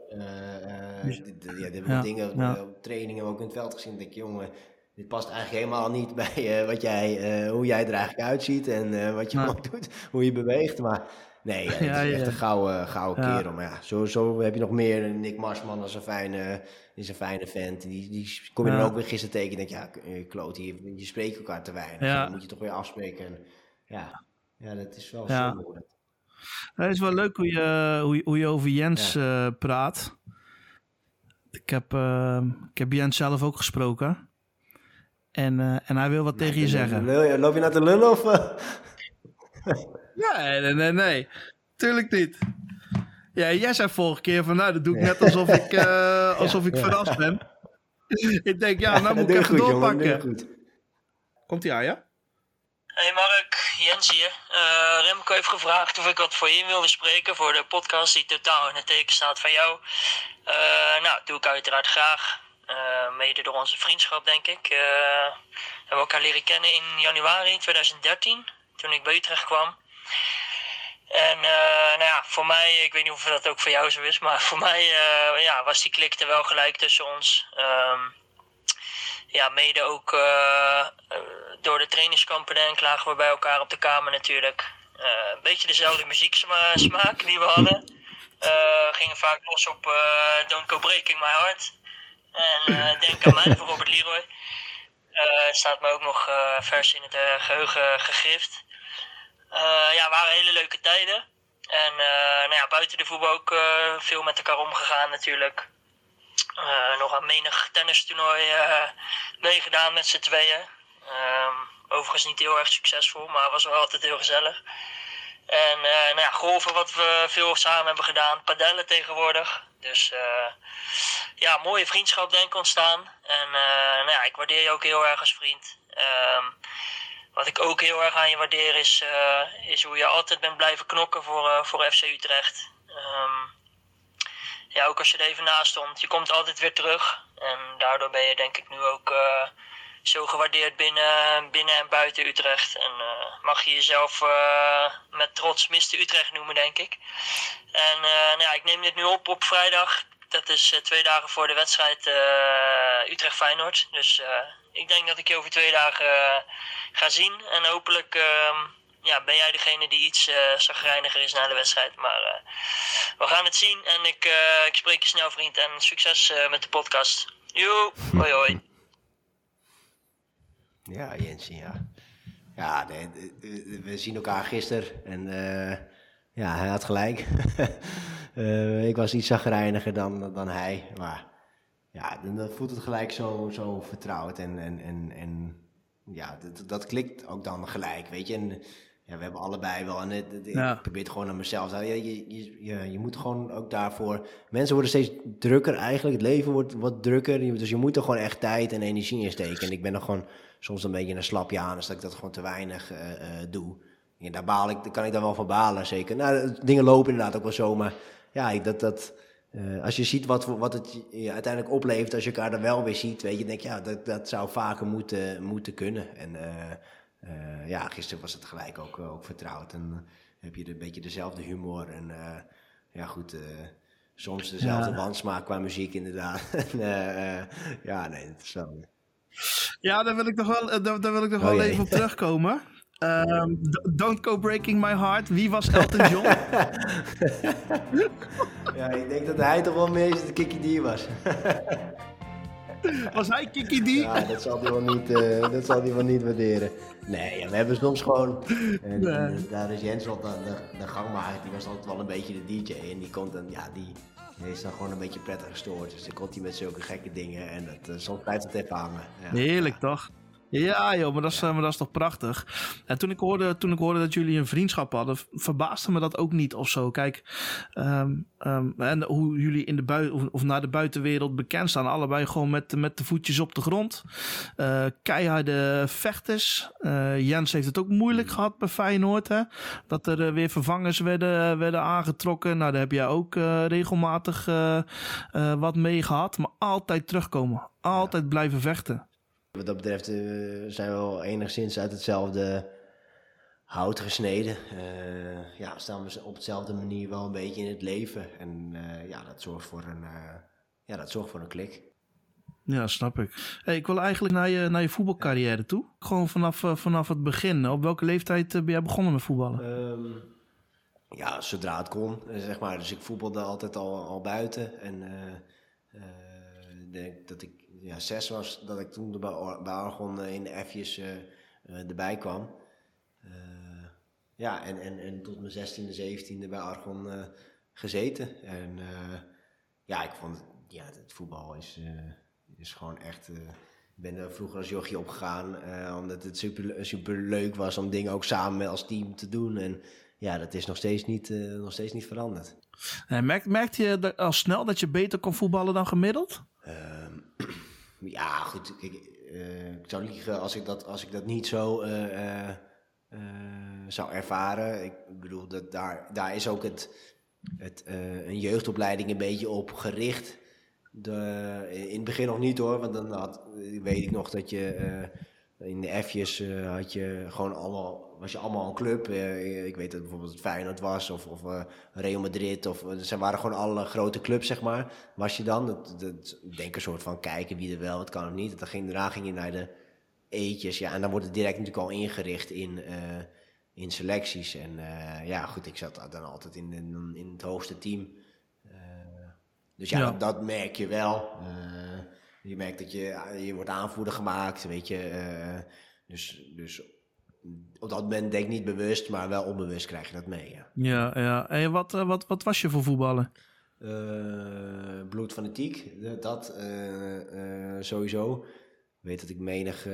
Dingen op trainingen ook in het veld gezien. Dan denk ik, jongen, dit past eigenlijk helemaal niet bij hoe jij er eigenlijk uitziet en wat je ook doet, hoe je beweegt. Maar nee, het is echt een gouden kerel. Maar zo heb je nog meer. Nick Marsman als is een fijne vent. Die kom je dan ook weer gisteren tegen. En denk kloot, je spreekt elkaar te weinig. Dan moet je toch weer afspreken. En, dat is wel zonde. Het is wel leuk hoe je over Jens praat. Ik heb Jens zelf ook gesproken. En hij wil wat tegen je zeggen. Loop je naar de lullen of... Nee. Tuurlijk niet. Ja, jij zei vorige keer van, dat doe ik net alsof ik verrast ben. Ik denk, nou moet ik even doorpakken. Komt-ie aan, ja? Hey Mark, Jens hier. Remco heeft gevraagd of ik wat voor je in wilde spreken voor de podcast die totaal in het teken staat van jou. Doe ik uiteraard graag. Mede door onze vriendschap, denk ik. We hebben elkaar leren kennen in januari 2013, toen ik bij Utrecht kwam. En voor mij, ik weet niet of dat ook voor jou zo is, maar voor mij was die klik er wel gelijk tussen ons. Mede ook door de trainingskampen denk lagen we bij elkaar op de kamer natuurlijk. Een beetje dezelfde muzieksmaak die we hadden. Gingen vaak los op Don't Go Breaking My Heart. En Denk aan mij voor Robert Leroy. Staat me ook nog vers in het geheugen gegrift. Waren hele leuke tijden. En buiten de voetbal ook veel met elkaar omgegaan natuurlijk. Nog aan menig tennistoernooi meegedaan met z'n tweeën. Overigens niet heel erg succesvol, maar was wel altijd heel gezellig. En golven wat we veel samen hebben gedaan. Padellen tegenwoordig. Dus mooie vriendschap denk ik ontstaan. En ik waardeer je ook heel erg als vriend. Wat ik ook heel erg aan je waardeer is hoe je altijd bent blijven knokken voor FC Utrecht. Ook als je er even naast stond. Je komt altijd weer terug. En daardoor ben je denk ik nu ook zo gewaardeerd binnen en buiten Utrecht. En mag je jezelf met trots Mr. Utrecht noemen, denk ik. En ik neem dit nu op vrijdag. Dat is 2 dagen voor de wedstrijd Utrecht-Feyenoord. Dus ik denk dat ik je over 2 dagen ga zien. En hopelijk ben jij degene die iets chagrijniger is na de wedstrijd. Maar we gaan het zien. En ik spreek je snel, vriend. En succes met de podcast. Joe, hoi hoi. Ja, Jensen, ja. Ja, we zien elkaar gisteren. En hij had gelijk. Ik was iets chagrijniger dan hij. Maar ja, dan voelt het gelijk zo vertrouwd. En dat klikt ook dan gelijk, weet je. En we hebben allebei wel... En ik probeer het gewoon aan mezelf. Je moet gewoon ook daarvoor... Mensen worden steeds drukker eigenlijk. Het leven wordt wat drukker. Dus je moet er gewoon echt tijd en energie in steken. En ik ben er gewoon soms een beetje een slapje aan. Dus dat ik dat gewoon te weinig doe. En daar kan ik daar wel van balen, zeker. Nou, dingen lopen inderdaad ook wel zo. Maar ja, als je ziet wat het uiteindelijk oplevert... als je elkaar er wel weer ziet, weet je, denk dat zou vaker moeten kunnen. En gisteren was het gelijk ook vertrouwd. En heb je een beetje dezelfde humor. En soms dezelfde wansmaak qua muziek inderdaad. Het is wel... Ja, daar wil ik nog wel even op terugkomen. Don't Go Breaking My Heart. Wie was Elton John? Ja, ik denk dat hij toch wel meest de Kiki D was. Was hij Kiki D? Ja, dat zal hij wel niet waarderen. Nee, ja, we hebben soms gewoon... En daar is Jens wel de gangmaker, die was altijd wel een beetje de DJ. En die komt dan, ja, die is dan gewoon een beetje prettig gestoord. Dus dan komt hij met zulke gekke dingen en soms blijft het even hangen. Ja. Heerlijk, toch? Ja joh, maar dat is toch prachtig. En toen ik hoorde dat jullie een vriendschap hadden, verbaasde me dat ook niet of zo. Kijk, en hoe jullie in de of naar de buitenwereld bekend staan. Allebei gewoon met de voetjes op de grond. Keiharde vechters. Jens heeft het ook moeilijk gehad bij Feyenoord. Hè? Dat er weer vervangers werden aangetrokken. Nou, daar heb jij ook regelmatig wat mee gehad. Maar altijd terugkomen. Altijd blijven vechten. Wat dat betreft zijn we wel enigszins uit hetzelfde hout gesneden. Ja, staan we op dezelfde manier wel een beetje in het leven. En ja, dat zorgt voor een klik. Ja, snap ik. Hey, ik wil eigenlijk naar je voetbalcarrière toe. Gewoon vanaf het begin. Op welke leeftijd ben jij begonnen met voetballen? Ja, zodra het kon, zeg maar. Dus ik voetbalde altijd al buiten. En ik denk dat ik 6 was, dat ik toen bij Argon in de F'jes erbij kwam. Ja, en tot mijn 16e, 17e bij Argon gezeten. En ja, ik vond het voetbal is gewoon echt... ik ben er vroeger als jochie opgegaan, omdat het super leuk was om dingen ook samen als team te doen. En ja, dat is nog steeds niet veranderd. Merkte je al snel dat je beter kon voetballen dan gemiddeld? Ja, goed. Ik zou liegen als ik dat niet zo zou ervaren. Ik bedoel, dat daar is ook een jeugdopleiding een beetje op gericht. In het begin nog niet hoor, want dan weet ik nog dat je in de F'jes was je allemaal een club. Ik weet dat bijvoorbeeld het Feyenoord was of Real Madrid. Ze waren gewoon alle grote clubs, zeg maar. Was je dan, ik denk een soort van kijken wie er wel, wat kan of niet. Daarna ging je naar de E'tjes. Ja, en dan wordt het direct natuurlijk al ingericht in selecties. En ja, goed, ik zat dan altijd in het hoogste team. Dus ja, dat merk je wel. Je merkt dat je wordt aanvoerder gemaakt, weet je. Dus op dat moment denk ik niet bewust, maar wel onbewust krijg je dat mee. Ja. En wat was je voor voetballen? Bloedfanatiek, dat sowieso. Ik weet dat ik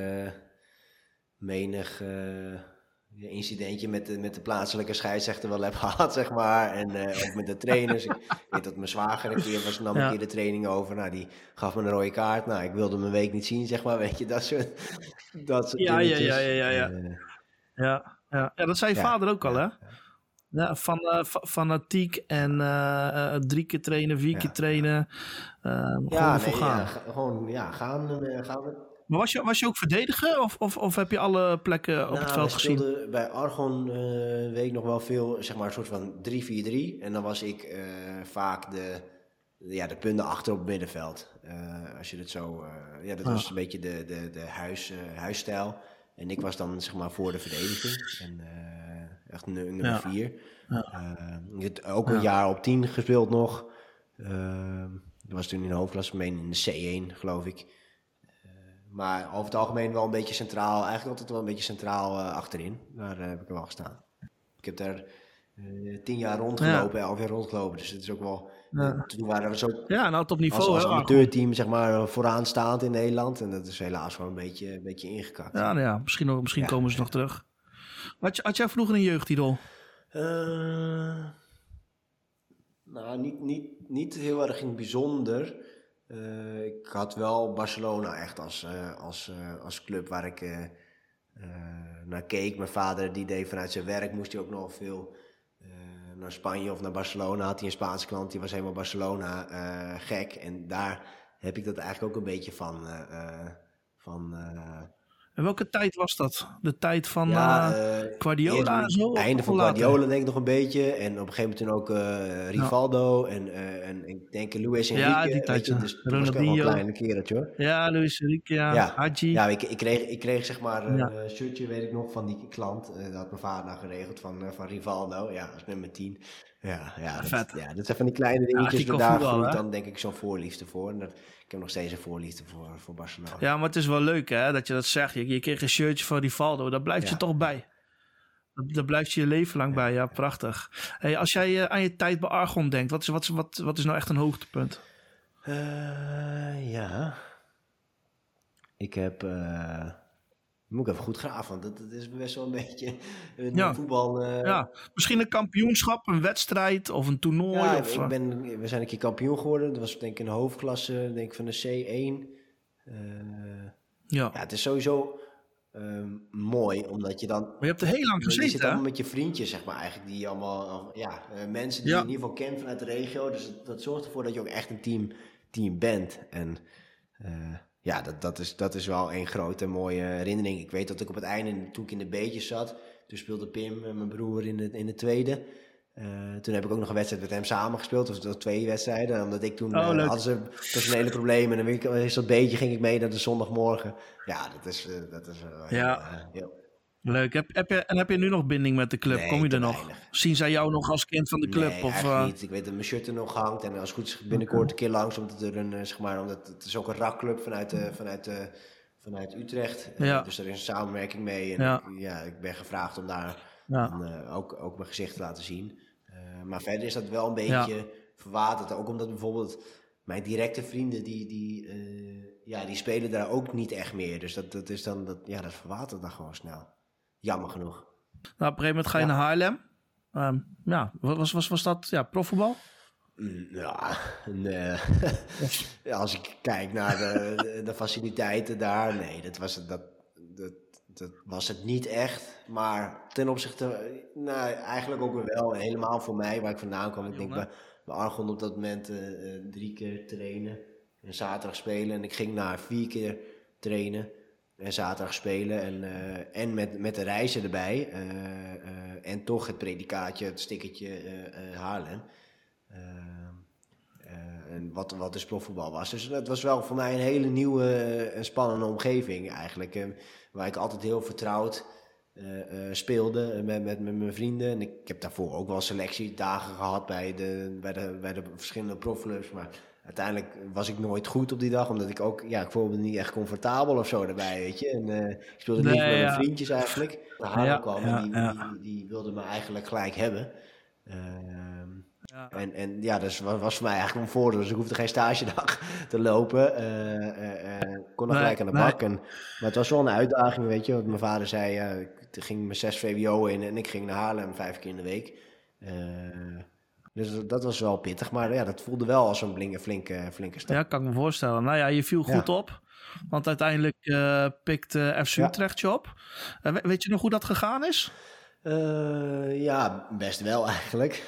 menig incidentje met de plaatselijke scheidsrechter wel heb gehad, zeg maar. En ook met de trainers. Ik weet dat mijn zwager een keer nam een keer de training over. Nou, die gaf me een rode kaart. Nou, ik wilde mijn week niet zien, zeg maar. Weet je, dat soort dingetjes. Ja, dat zei je vader ook al, hè? Ja, fanatiek en 3 keer trainen, 4 keer trainen. Gaan. Maar was je ook verdediger of heb je alle plekken op het veld gezien? Bij Argon weet ik nog wel veel, zeg maar een soort van 3-4-3. En dan was ik vaak de punten achter op het middenveld. Als je het zo... dat was een beetje de huisstijl. En ik was dan zeg maar voor de verdediging. En echt nummer 4. Ook een jaar op 10 gespeeld nog. Dat was toen in de hoofdklasse, in de C1 geloof ik. Maar over het algemeen wel een beetje centraal. Eigenlijk altijd wel een beetje centraal achterin. Daar heb ik er wel gestaan. Ik heb daar 10 jaar rondgelopen, 11 jaar rondgelopen. Dus het is ook wel... Toen waren we zo... Ja, nou top niveau. Als amateurteam, zeg maar, vooraan staand in Nederland. En dat is helaas gewoon een beetje ingekakt. Ja, nou ja, misschien komen ze nog terug. Had jij vroeger een jeugdidool? Nou, niet heel erg in het bijzonder. Ik had wel Barcelona echt als club waar ik naar keek. Mijn vader die deed vanuit zijn werk, moest hij ook nog veel naar Spanje of naar Barcelona. Had hij een Spaanse klant, die was helemaal Barcelona gek. En daar heb ik dat eigenlijk ook een beetje van... En welke tijd was dat? De tijd van Guardiola en zo? Einde van Guardiola denk ik nog een beetje. En op een gegeven moment toen ook Rivaldo en ik denk Luis Enrique. Ja, die tijd. Dus toen was ik wel een kleine kereltje hoor. Ja, Luis Enrique, Hadji. Ja, ik kreeg zeg maar een shirtje, weet ik nog, van die klant. Dat had mijn vader geregeld van Rivaldo. Ja, dat was met mijn 10. Ja, Vet. dat zijn van die kleine dingetjes, Kiko daar voetbal, groeit hè? dan denk ik zo'n voorliefde voor. En ik heb nog steeds een voorliefde voor Barcelona. Ja, maar het is wel leuk hè, dat je dat zegt. Je kreeg een shirtje van Rivaldo, daar blijft je toch bij. Daar blijft je leven lang bij, ja, prachtig. Hey, als jij aan je tijd bij Argon denkt, wat is nou echt een hoogtepunt? Ja. Ik heb... moet ik even goed graven, want dat is best wel een beetje een voetbal... Ja, misschien een kampioenschap, een wedstrijd of een toernooi. Ja, of, we zijn een keer kampioen geworden. Dat was denk ik een hoofdklasse, denk ik van de C1. Ja, het is sowieso mooi, omdat je dan... Maar je hebt er heel lang Je zit gezeten, hè? allemaal met je vriendjes, zeg maar, eigenlijk. Die allemaal, mensen die je in ieder geval kent vanuit de regio. Dus dat zorgt ervoor dat je ook echt een team bent. En dat is wel een grote mooie herinnering. Ik weet dat ik op het einde, toen ik in de B'tjes zat... Toen speelde Pim, mijn broer, in de tweede... toen heb ik ook nog een wedstrijd met hem samengespeeld. Dus dat 2 wedstrijden. Omdat ik toen hadden ze personele problemen. En dan is dat beetje ging ik mee naar de zondagmorgen. Ja, dat is heel... Leuk. Heb je nu nog binding met de club? Nee, kom je te er nog? weinig. Zien zij jou nog als kind van de club? Nee, of, eigenlijk niet. Ik weet dat mijn shirt er nog hangt. En als het goed is binnenkort een keer langs. Omdat het is ook een rakclub vanuit Utrecht. Dus er is een samenwerking mee. En ik ben gevraagd om daar ook mijn gezicht te laten zien. Maar verder is dat wel een beetje verwaterd. Ook omdat bijvoorbeeld mijn directe vrienden, die spelen daar ook niet echt meer. Dus dat verwatert dan gewoon snel. Jammer genoeg. Nou, op een gegeven moment ga je naar Haarlem. Was dat profvoetbal? Als ik kijk naar de faciliteiten daar, nee, dat was het niet echt. Maar ten opzichte, eigenlijk ook weer wel, helemaal voor mij, waar ik vandaan kwam. Ik denk bij Argon op dat moment 3 keer trainen en zaterdag spelen. En ik ging naar 4 keer trainen en zaterdag spelen. En met de reizen erbij. En toch het predicaatje, het stickertje Haarlem. En wat dus profvoetbal was. Dus dat was wel voor mij een hele nieuwe en spannende omgeving eigenlijk. Waar ik altijd heel vertrouwd speelde met mijn vrienden. En ik heb daarvoor ook wel selectiedagen gehad bij de verschillende profclubs. Maar uiteindelijk was ik nooit goed op die dag. Omdat ik ook, ik voelde me niet echt comfortabel of zo daarbij, weet je. En ik speelde niet met mijn vriendjes eigenlijk. Naar Haarlem kwam en die wilden me eigenlijk gelijk hebben. Dus was voor mij eigenlijk een voordeel. Dus ik hoefde geen stagedag te lopen. Kon nog gelijk aan de bak. Maar het was wel een uitdaging, weet je. Want mijn vader zei, ik ging mijn 6 VWO in en ik ging naar Haarlem 5 keer in de week. Dus dat was wel pittig. Maar dat voelde wel als een flinke stap. Ja, kan ik me voorstellen. Nou ja, je viel goed op. Want uiteindelijk pikt FC Utrecht je op. Weet je nog hoe dat gegaan is? Best wel eigenlijk.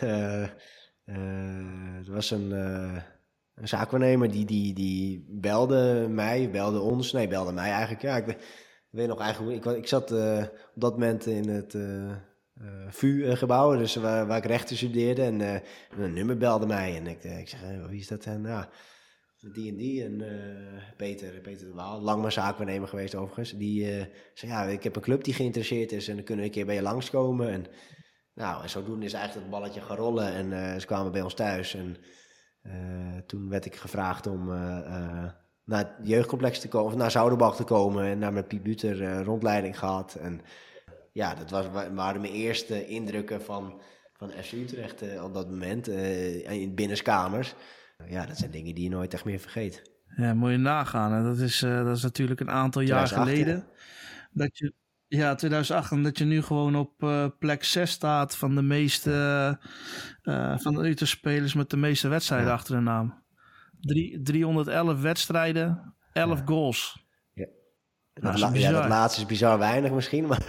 Er was een zaakwaarnemer die belde mij eigenlijk. Ja, ik weet nog eigenlijk, ik zat op dat moment in het VU-gebouw, dus waar ik rechten studeerde. En een nummer belde mij en ik zeg, wie is dat? En die en Peter de Waal, lang mijn zaakwaarnemer geweest overigens. Die zei, ik heb een club die geïnteresseerd is en dan kunnen we een keer bij je langskomen. En zodoende is eigenlijk het balletje gaan rollen en ze kwamen bij ons thuis. En toen werd ik gevraagd om naar het jeugdcomplex te komen, of naar Zouderbach te komen. En naar mijn Piet Buter rondleiding gehad. En waren mijn eerste indrukken van FC Utrecht op dat moment, in binnenskamers. Dat zijn dingen die je nooit echt meer vergeet. Ja, moet je nagaan. En dat is natuurlijk een aantal jaar geleden. Dat je... Ja, 2008. En dat je nu gewoon op plek 6 staat van de meeste van de Utrecht-spelers met de meeste wedstrijden achter de naam. 311 wedstrijden, 11 goals. Ja. Dat laatste is bizar weinig misschien, maar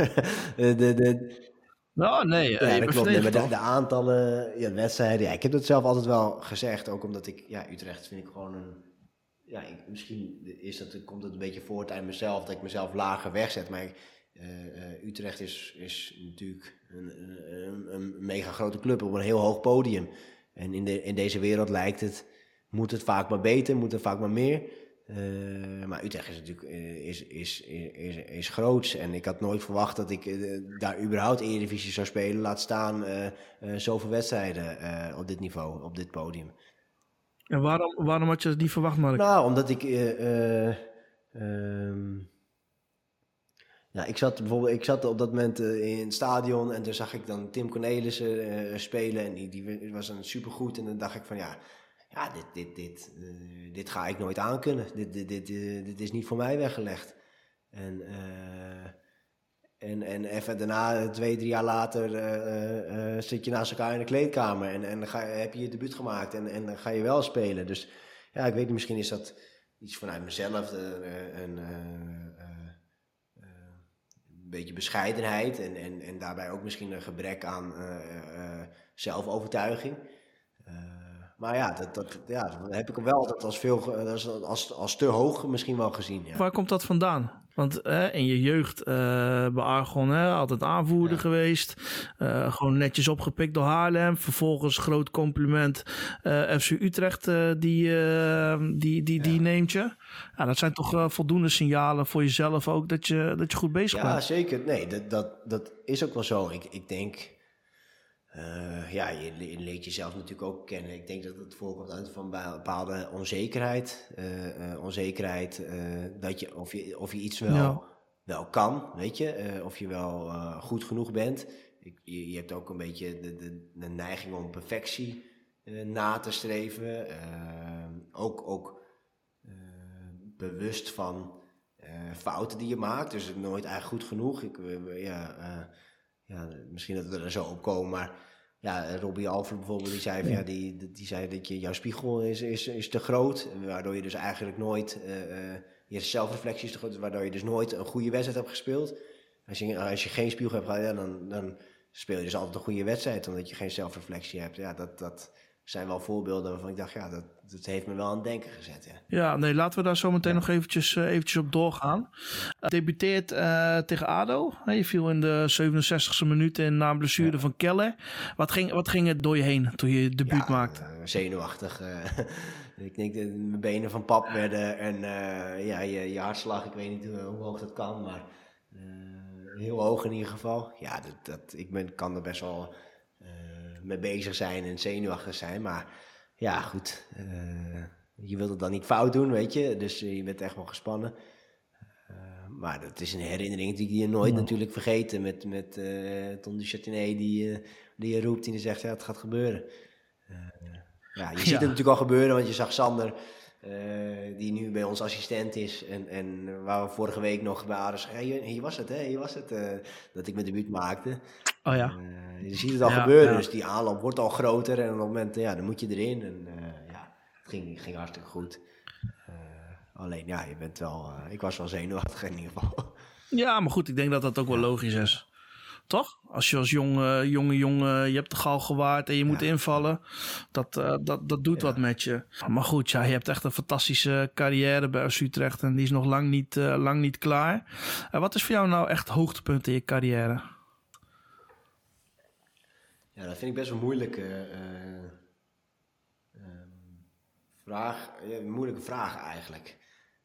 dat klopt. Maar de aantallen wedstrijden, ik heb dat zelf altijd wel gezegd. Ook omdat Utrecht vind ik gewoon een... misschien komt het een beetje voort uit mezelf, dat ik mezelf lager wegzet, maar Utrecht is natuurlijk een mega grote club op een heel hoog podium. En in deze wereld moet het vaak maar beter, moet het vaak maar meer. Maar Utrecht is natuurlijk is groots. En ik had nooit verwacht dat ik daar überhaupt Eredivisie zou spelen. Laat staan zoveel wedstrijden op dit niveau, op dit podium. En waarom had je dat niet verwacht, Mark? Nou, omdat ik... ik zat op dat moment in het stadion en toen zag ik dan Tim Cornelissen spelen. En die was dan supergoed. En dan dacht ik van dit ga ik nooit aankunnen. Dit is niet voor mij weggelegd. En even daarna, 2-3 jaar later, zit je naast elkaar in de kleedkamer. En dan heb je je debuut gemaakt en dan ga je wel spelen. Dus ja, ik weet niet, misschien is dat iets vanuit mezelf. Een beetje bescheidenheid en daarbij ook misschien een gebrek aan zelfovertuiging. Maar ja, dat heb ik wel altijd als te hoog misschien wel gezien. Ja. Waar komt dat vandaan? Want in je jeugd bij Argon altijd aanvoerder geweest. Gewoon netjes opgepikt door Haarlem. Vervolgens groot compliment FC Utrecht die neemt je. Ja, dat zijn toch voldoende signalen voor jezelf ook dat je goed bezig bent. Ja, zeker. Nee, dat is ook wel zo. Ik denk... je leert jezelf natuurlijk ook kennen. Ik denk dat het voorkomt uit van bepaalde onzekerheid. Dat je, of je iets wel kan, weet je. Of je wel goed genoeg bent. Je hebt ook een beetje de neiging om perfectie na te streven. Ook bewust van fouten die je maakt. Dus nooit eigenlijk goed genoeg. Misschien dat we er zo op komen, maar ja, Robbie Alfred bijvoorbeeld, die zei van, die zei dat jouw spiegel is te groot, waardoor je dus eigenlijk nooit, je zelfreflectie is te groot, waardoor je dus nooit een goede wedstrijd hebt gespeeld. Als je geen spiegel hebt gehad, dan speel je dus altijd een goede wedstrijd, omdat je geen zelfreflectie hebt. Ja, dat zijn wel voorbeelden waarvan ik dacht, dat heeft me wel aan het denken gezet. Ja, nee, laten we daar zo meteen nog eventjes op doorgaan. Debuteert tegen ADO. Je viel in de 67e minuut in na een blessure van Keller. Wat ging er door je heen toen je debuut maakte? Zenuwachtig. Ik denk dat mijn benen van pap werden en je hartslag, ik weet niet hoe hoog dat kan, maar heel hoog in ieder geval. Ja, kan er best wel mee bezig zijn en zenuwachtig zijn, maar ja, goed. Je wilt het dan niet fout doen, weet je, dus je bent echt wel gespannen. Maar dat is een herinnering die je nooit natuurlijk vergeten met Ton du Châtenay die je roept en die zegt, ja, het gaat gebeuren. Je ziet het natuurlijk al gebeuren, want je zag Sander, die nu bij ons assistent is en waar we vorige week nog bij Ares zeggen, hier was het, dat ik mijn debuut maakte. Oh ja. Je ziet het al gebeuren, dus die aanloop wordt al groter en op het moment, dan moet je erin. En het ging hartstikke goed. Alleen, ik was wel zenuwachtig in ieder geval. Ja, maar goed, ik denk dat dat ook wel logisch is. Toch? Als je als jonge jongen, je hebt de gal gewaard en je moet invallen. Dat doet wat met je. Maar goed, je hebt echt een fantastische carrière bij FC Utrecht en die is nog lang niet klaar. Wat is voor jou nou echt hoogtepunt in je carrière? Ja, dat vind ik best wel moeilijk. Moeilijke vraag eigenlijk.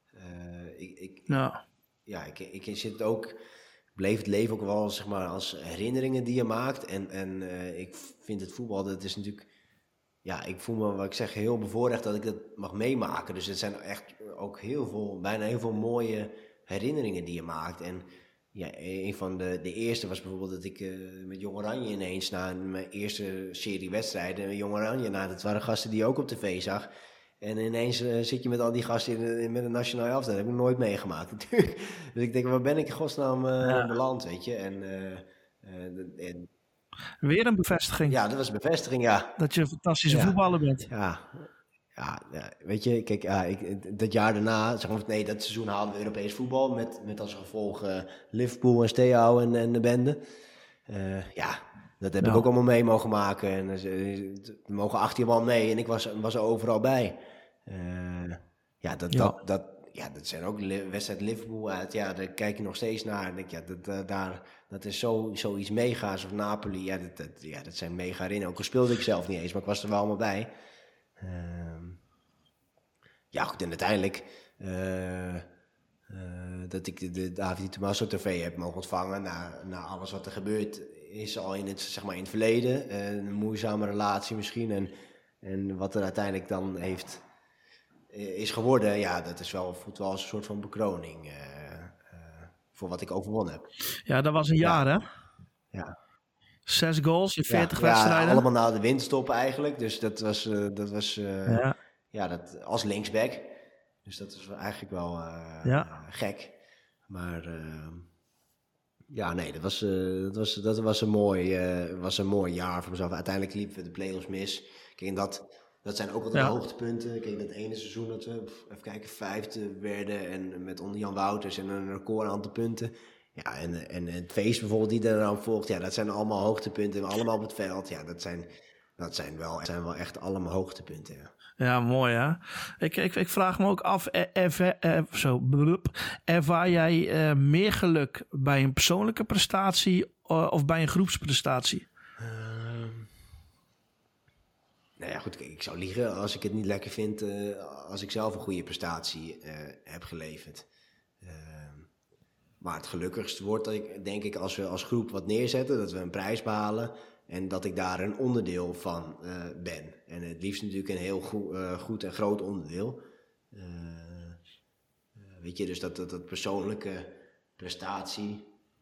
Ik zit ook, bleef het leven ook wel zeg maar als herinneringen die je maakt en ik vind het voetbal, dat is natuurlijk, ik voel me, wat ik zeg, heel bevoorrecht dat ik dat mag meemaken. Dus het zijn echt ook bijna heel veel mooie herinneringen die je maakt. En ja, een van de eerste was bijvoorbeeld dat ik met Jong Oranje ineens na mijn eerste serie wedstrijden met Jong Oranje, dat waren gasten die je ook op tv zag. En ineens zit je met al die gasten met een nationaal elftal. Dat heb ik nooit meegemaakt natuurlijk. Dus ik denk, waar ben ik in godsnaam beland, weet je. En weer een bevestiging. Ja, dat was een bevestiging, ja. Dat je een fantastische voetballer bent. Ja, weet je, kijk, dat jaar daarna, dat seizoen haalden we Europees voetbal met als gevolg Liverpool en Steaua en de bende. Dat heb ik ook allemaal mee mogen maken. En er mogen 18 man mee en ik was er overal bij. Dat zijn ook wedstrijd Liverpool uit. Ja, daar kijk je nog steeds naar. En denk, dat is zoiets mega's. Of Napoli, dat zijn mega herinneringen. Ook al speelde ik zelf niet eens, maar ik was er wel allemaal bij. Goed, en uiteindelijk dat ik de David Tommaso trofee heb mogen ontvangen. Na alles wat er gebeurd is al in het verleden. Een moeizame relatie misschien. En wat er uiteindelijk dan is geworden. Ja, voelt wel als een soort van bekroning. Voor wat ik overwonnen heb. Ja, dat was een jaar, hè? Ja. 6 goals in 40 wedstrijden. Ja, allemaal na de winterstop eigenlijk. Dus dat was als linksback. Dus dat is eigenlijk wel gek. Maar dat was een mooi jaar voor mezelf. Uiteindelijk liepen we de play-offs mis. Kijk, dat zijn ook wel de hoogtepunten. Kijk, dat ene seizoen dat we, even kijken, 5e werden. En met onder Jan Wouters en een record aantal punten. Ja, en het feest bijvoorbeeld die daarna volgt. Ja, dat zijn allemaal hoogtepunten. Allemaal op het veld. Ja, dat zijn wel echt allemaal hoogtepunten, ja. Ja, mooi hè. Ik vraag me ook af, ervaar jij meer geluk bij een persoonlijke prestatie of bij een groepsprestatie? Nou ja, goed, kijk, ik zou liegen als ik het niet lekker vind als ik zelf een goede prestatie heb geleverd. Maar het gelukkigst wordt, denk ik, als we als groep wat neerzetten, dat we een prijs behalen. En dat ik daar een onderdeel van ben. En het liefst natuurlijk een heel goed en groot onderdeel. Weet je, dus dat persoonlijke prestatie.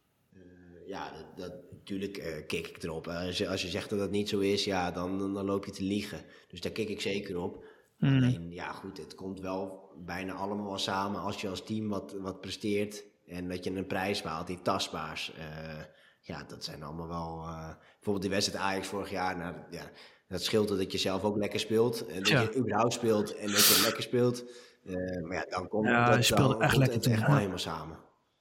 Natuurlijk kik ik erop. Als je zegt dat dat niet zo is, ja, dan loop je te liegen. Dus daar kik ik zeker op. Alleen, ja goed, het komt wel bijna allemaal wel samen als je als team wat presteert. En dat je een prijs behaalt die tastbaars. Dat zijn allemaal wel... bijvoorbeeld die wedstrijd Ajax vorig jaar. Dat scheelt dat je zelf ook lekker speelt. En dat je überhaupt speelt en dat je lekker speelt. Maar ja, dan komt het echt wel helemaal samen.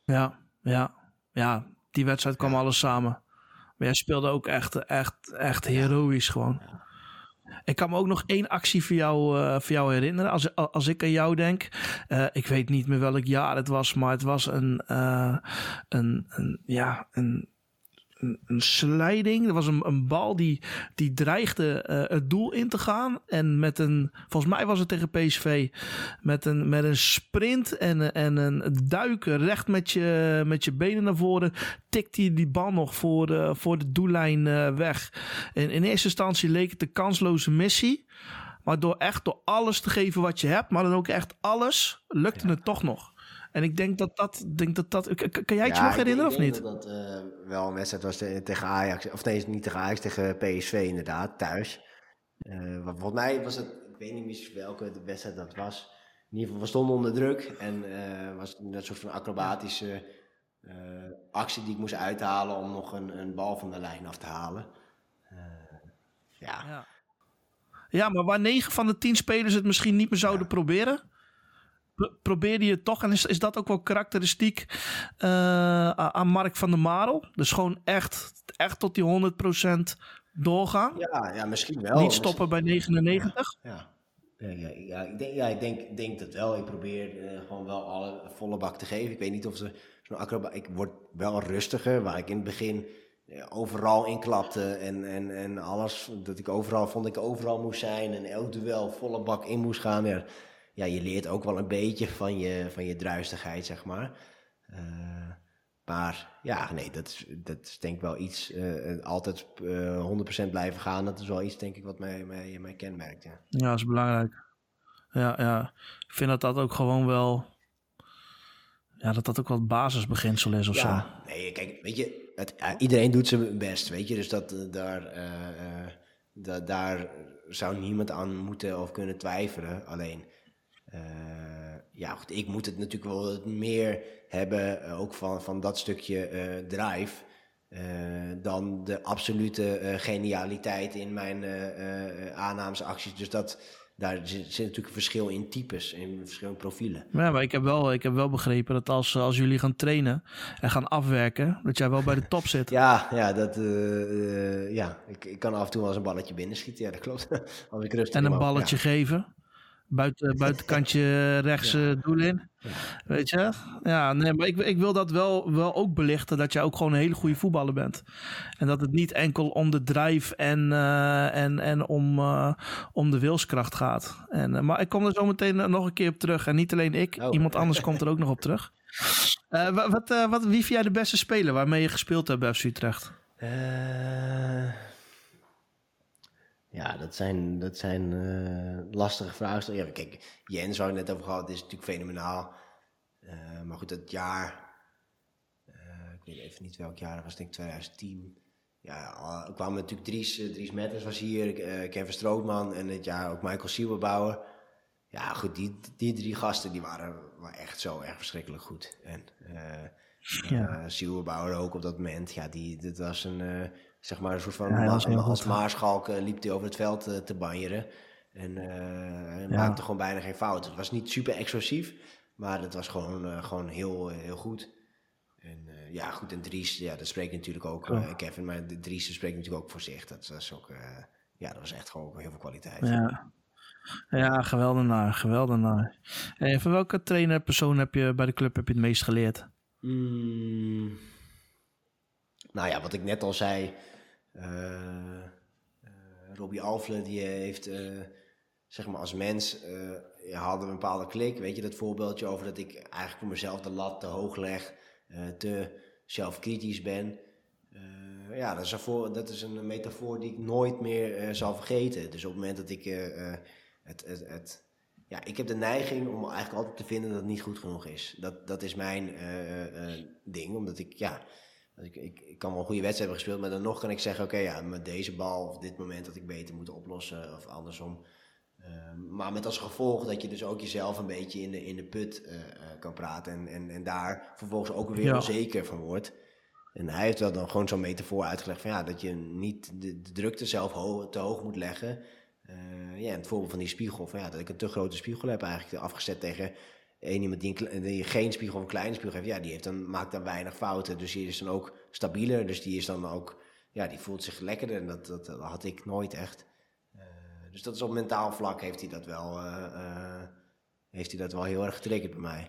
Ja, die wedstrijd kwam alles samen. Maar jij speelde ook echt heroïs gewoon. Ja. Ik kan me ook nog 1 actie voor jou herinneren. Als ik aan jou denk. Ik weet niet meer welk jaar het was. Maar het was een sliding. Er was een bal die dreigde het doel in te gaan. En volgens mij was het tegen PSV. Met een sprint en een duiken recht met je benen naar voren. Tikt hij die bal nog voor de doellijn weg. En in eerste instantie leek het een kansloze missie. Maar door alles te geven wat je hebt. Maar dan ook echt alles. Lukte het toch nog. En ik denk dat kan jij het je nog herinneren of niet? Ik denk dat wel een wedstrijd was tegen Ajax. Of nee, niet tegen Ajax, tegen PSV inderdaad, thuis. Volgens mij was het, ik weet niet meer welke de wedstrijd dat was. In ieder geval, we stonden onder druk. En was een soort van acrobatische actie die ik moest uithalen om nog een bal van de lijn af te halen. Ja, maar waar 9 van de 10 spelers het misschien niet meer zouden proberen... Probeerde je het toch, en is dat ook wel karakteristiek aan Mark van der Marel? Dus gewoon echt tot die 100% doorgaan? Ja, misschien wel. Niet stoppen bij 99? Ik denk dat wel. Ik probeer gewoon wel alle volle bak te geven. Ik weet niet of zo'n acrobaat... Ik word wel rustiger, waar ik in het begin overal in klapte en alles. Dat ik overal moest zijn en elk duel volle bak in moest gaan. Ja, je leert ook wel een beetje van je druistigheid, zeg maar. Maar ja, nee, dat is denk ik wel iets... altijd 100% blijven gaan, dat is wel iets, denk ik, wat mij kenmerkt, ja. Ja, dat is belangrijk. Ja. Ik vind dat ook gewoon wel... Ja, dat ook wel het basisbeginsel is of zo. Nee, kijk, weet je... iedereen doet zijn best, weet je. Dus daar zou niemand aan moeten of kunnen twijfelen. Alleen... ik moet het natuurlijk wel wat meer hebben, ook van dat stukje drive, dan de absolute genialiteit in mijn aannamesacties. Dus daar zit natuurlijk een verschil in types, in verschillende profielen. Ja, maar ik heb wel begrepen dat als jullie gaan trainen en gaan afwerken, dat jij wel bij de top zit. Ik kan af en toe wel eens een balletje binnenschieten, ja, dat klopt. Als ik rustig en een balletje geven. buitenkantje rechts doel in. Ja. Weet je? Ja, nee, maar ik wil dat wel ook belichten. Dat jij ook gewoon een hele goede voetballer bent. En dat het niet enkel om de drive en om de wilskracht gaat. Maar ik kom er zo meteen nog een keer op terug. En niet alleen ik. Oh. Iemand anders komt er ook nog op terug. Wie vind jij de beste speler waarmee je gespeeld hebt bij FC Utrecht? Ja, dat zijn lastige vragen. Ja, kijk, Jens, waar ik net over gehad, is natuurlijk fenomenaal. Maar goed, dat jaar, ik weet even niet welk jaar, dat was denk ik 2010. Ja, er kwamen natuurlijk Dries Mertens was hier, Kevin Strootman en dit jaar ook Michael Sielbauer. Ja, goed, die 3 gasten die waren echt zo erg verschrikkelijk goed. En Sielbauer ook op dat moment, ja, dit was een soort van als maarschalk liep hij over het veld te banjeren. En maakte gewoon bijna geen fouten. Het was niet super explosief, maar het was gewoon heel, heel goed. En goed, en Dries, dat spreekt natuurlijk ook, Kevin, maar Dries spreekt natuurlijk ook voor zich. Dat was ook, dat was echt gewoon heel veel kwaliteit. Ja, geweldenaar. En van welke persoon heb je bij de club het meest geleerd? Nou ja, wat ik net al zei, Robbie Alfle, die heeft, zeg maar als mens, hadden we een bepaalde klik. Weet je, dat voorbeeldje over dat ik eigenlijk voor mezelf de lat te hoog leg, te zelfkritisch ben. Dat is een metafoor die ik nooit meer zal vergeten. Dus op het moment dat ik ik heb de neiging om eigenlijk altijd te vinden dat het niet goed genoeg is. Dat is mijn ding, omdat ik kan wel een goede wedstrijd hebben gespeeld, maar dan nog kan ik zeggen, met deze bal of dit moment had ik beter moeten oplossen of andersom. Maar met als gevolg dat je dus ook jezelf een beetje in de put kan praten en daar vervolgens ook weer onzeker van wordt. En hij heeft wel dan gewoon zo'n metafoor uitgelegd van dat je niet de drukte zelf te hoog moet leggen. En het voorbeeld van die spiegel, dat ik een te grote spiegel heb eigenlijk afgezet tegen iemand die geen spiegel of een kleine spiegel heeft. Ja, maakt dan weinig fouten, dus die is dan ook stabieler. Dus die is dan ook, die voelt zich lekkerder en dat had ik nooit echt. Dus dat is op mentaal vlak heeft hij dat wel heel erg getriggerd bij mij.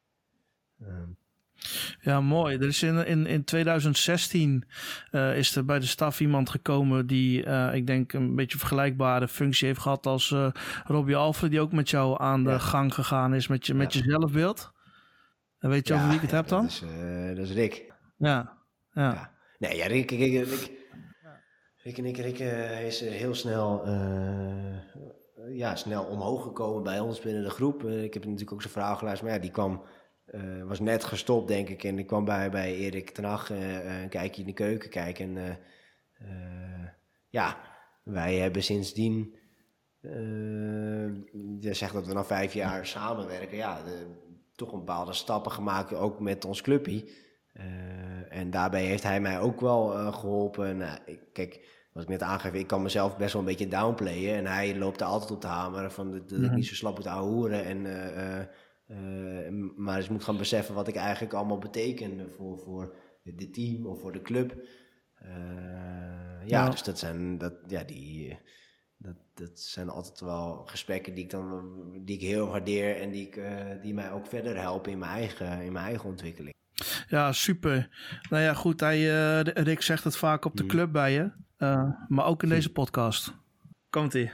Ja, mooi. Er is in 2016 is er bij de staf iemand gekomen die, ik denk, een beetje vergelijkbare functie heeft gehad als Robbie Alfle, die ook met jou aan de gang gegaan is met je zelfbeeld. En weet je over wie ik het heb dan? Dat is Rick. Ja. Nee, Rick is heel snel omhoog gekomen bij ons binnen de groep. Ik heb natuurlijk ook zijn verhaal geluisterd, maar die kwam... was net gestopt, denk ik. En ik kwam bij Erik ten Hag een kijkje in de keuken kijken. En wij hebben sindsdien... je zegt dat we na 5 jaar samenwerken. Toch een bepaalde stappen gemaakt, ook met ons clubje. En daarbij heeft hij mij ook wel geholpen. Kijk, wat ik net aangeef, ik kan mezelf best wel een beetje downplayen. En hij loopt er altijd op te hameren van dat ik niet zo slap moet ouwehoeren. Maar ik moet gaan beseffen wat ik eigenlijk allemaal beteken voor dit team of voor de club. Dus dat zijn altijd wel gesprekken die ik heel waardeer en die mij ook verder helpen in mijn eigen ontwikkeling. Ja, super. Nou ja, goed. Rick zegt het vaak op de club bij je, maar ook in deze podcast. Komt-ie.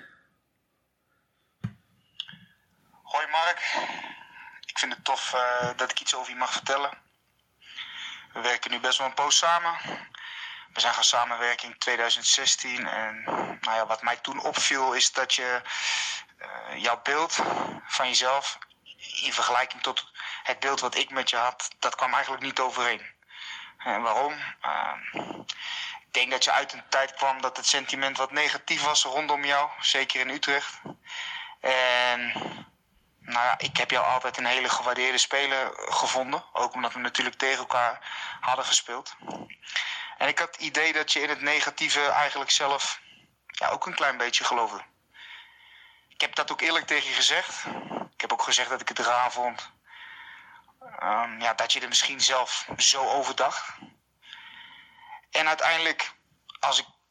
Hoi Mark. Ik vind het tof dat ik iets over je mag vertellen. We werken nu best wel een poos samen. We zijn gaan samenwerken in 2016. En wat mij toen opviel is dat jouw beeld van jezelf... in vergelijking tot het beeld wat ik met je had... dat kwam eigenlijk niet overeen. En waarom? Ik denk dat je uit een tijd kwam dat het sentiment wat negatief was rondom jou. Zeker in Utrecht. En... ik heb jou altijd een hele gewaardeerde speler gevonden. Ook omdat we natuurlijk tegen elkaar hadden gespeeld. En ik had het idee dat je in het negatieve eigenlijk zelf ook een klein beetje geloofde. Ik heb dat ook eerlijk tegen je gezegd. Ik heb ook gezegd dat ik het raar vond. Dat je er misschien zelf zo over dacht. En uiteindelijk, als ik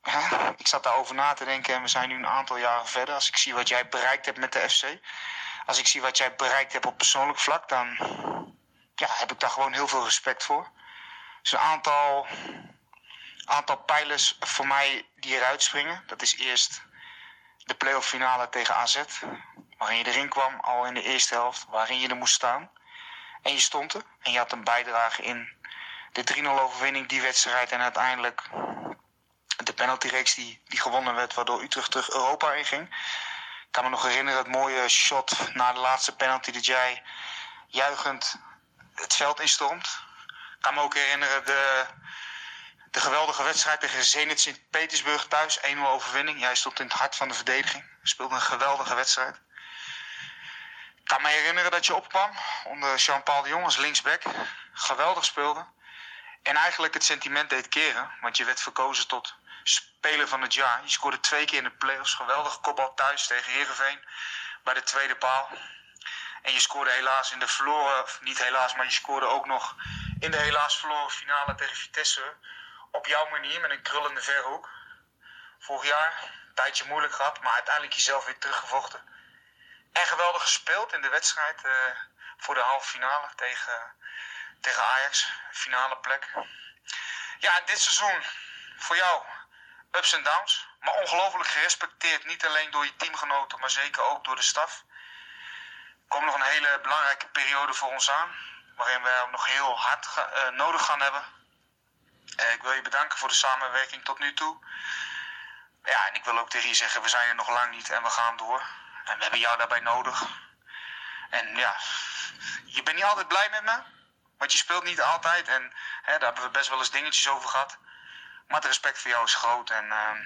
ik zat daarover na te denken en we zijn nu een aantal jaren verder. Als ik zie wat jij bereikt hebt met de FC, als ik zie wat jij bereikt hebt op persoonlijk vlak, dan heb ik daar gewoon heel veel respect voor. Dus een aantal pijlers voor mij die eruit springen. Dat is eerst de play-off finale tegen AZ, waarin je erin kwam al in de eerste helft, waarin je er moest staan. En je stond er en je had een bijdrage in de 3-0 overwinning die wedstrijd en uiteindelijk de penaltyreeks die gewonnen werd, waardoor Utrecht terug Europa inging. Ik kan me nog herinneren het mooie shot na de laatste penalty dat jij juichend het veld instormt. Ik kan me ook herinneren de geweldige wedstrijd tegen Zenit Sint-Petersburg thuis, 1-0 overwinning. Jij stond in het hart van de verdediging, speelde een geweldige wedstrijd. Ik kan me herinneren dat je opkwam onder Jean-Paul de Jong als linksback, geweldig speelde. En eigenlijk het sentiment deed keren, want je werd verkozen tot speler van het jaar. Je scoorde 2 keer in de play-offs, geweldige kopbal thuis tegen Heerenveen bij de tweede paal. En je scoorde helaas in de verloren, niet helaas, maar je scoorde ook nog in de helaas verloren finale tegen Vitesse op jouw manier met een krullende verhoek. Vorig jaar, een tijdje moeilijk gehad, maar uiteindelijk jezelf weer teruggevochten. En geweldig gespeeld in de wedstrijd voor de halve finale tegen Ajax, finale plek. Ja, en dit seizoen voor jou ups en downs, maar ongelooflijk gerespecteerd. Niet alleen door je teamgenoten, maar zeker ook door de staf. Er komt nog een hele belangrijke periode voor ons aan, waarin we nog heel hard nodig gaan hebben. Ik wil je bedanken voor de samenwerking tot nu toe. Ja, en ik wil ook tegen je zeggen, we zijn er nog lang niet en we gaan door. En we hebben jou daarbij nodig. En ja, je bent niet altijd blij met me, want je speelt niet altijd. En daar hebben we best wel eens dingetjes over gehad. Maar het respect voor jou is groot. En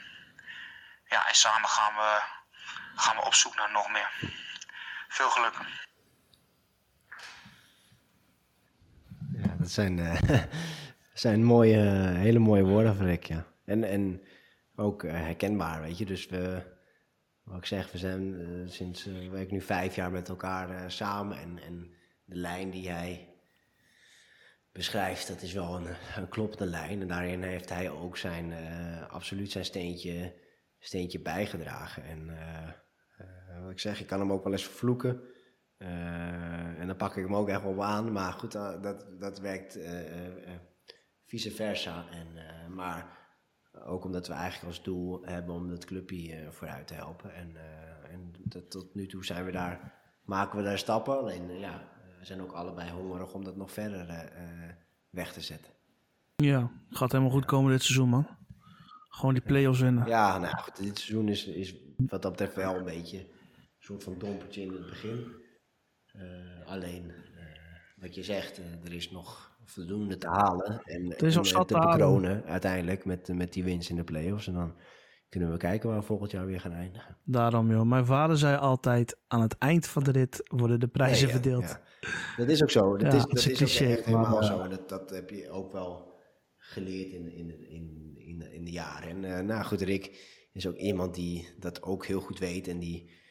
samen gaan we op zoek naar nog meer. Veel geluk. Ja, dat zijn hele mooie woorden van Rick, ja. En ook herkenbaar, weet je. Dus wat ik zeg, we zijn sinds we werken nu 5 jaar met elkaar samen. En de lijn die hij beschrijft, dat is wel een kloppende lijn. En daarin heeft hij ook absoluut zijn steentje bijgedragen. En wat ik zeg, ik kan hem ook wel eens vervloeken. En dan pak ik hem ook echt wel aan. Maar goed, dat werkt vice versa. Maar ook omdat we eigenlijk als doel hebben om dat clubje vooruit te helpen. En tot nu toe maken we daar stappen. Alleen we zijn ook allebei hongerig om dat nog verder weg te zetten. Ja, gaat helemaal goed komen dit seizoen, man. Gewoon die play-offs winnen. Ja, nou goed, dit seizoen is wat dat betreft wel een beetje een soort van dompertje in het begin. Alleen, wat je zegt, er is nog voldoende te halen. En te bekronen uiteindelijk met die winst in de play-offs. En dan kunnen we kijken waar we volgend jaar weer gaan eindigen. Daarom, joh. Mijn vader zei altijd, aan het eind van de rit worden de prijzen verdeeld. Ja. Dat is ook zo. Dat is een cliché, ook echt helemaal zo. Dat heb je ook wel geleerd in de jaren. En goed, Rick is ook iemand die dat ook heel goed weet. En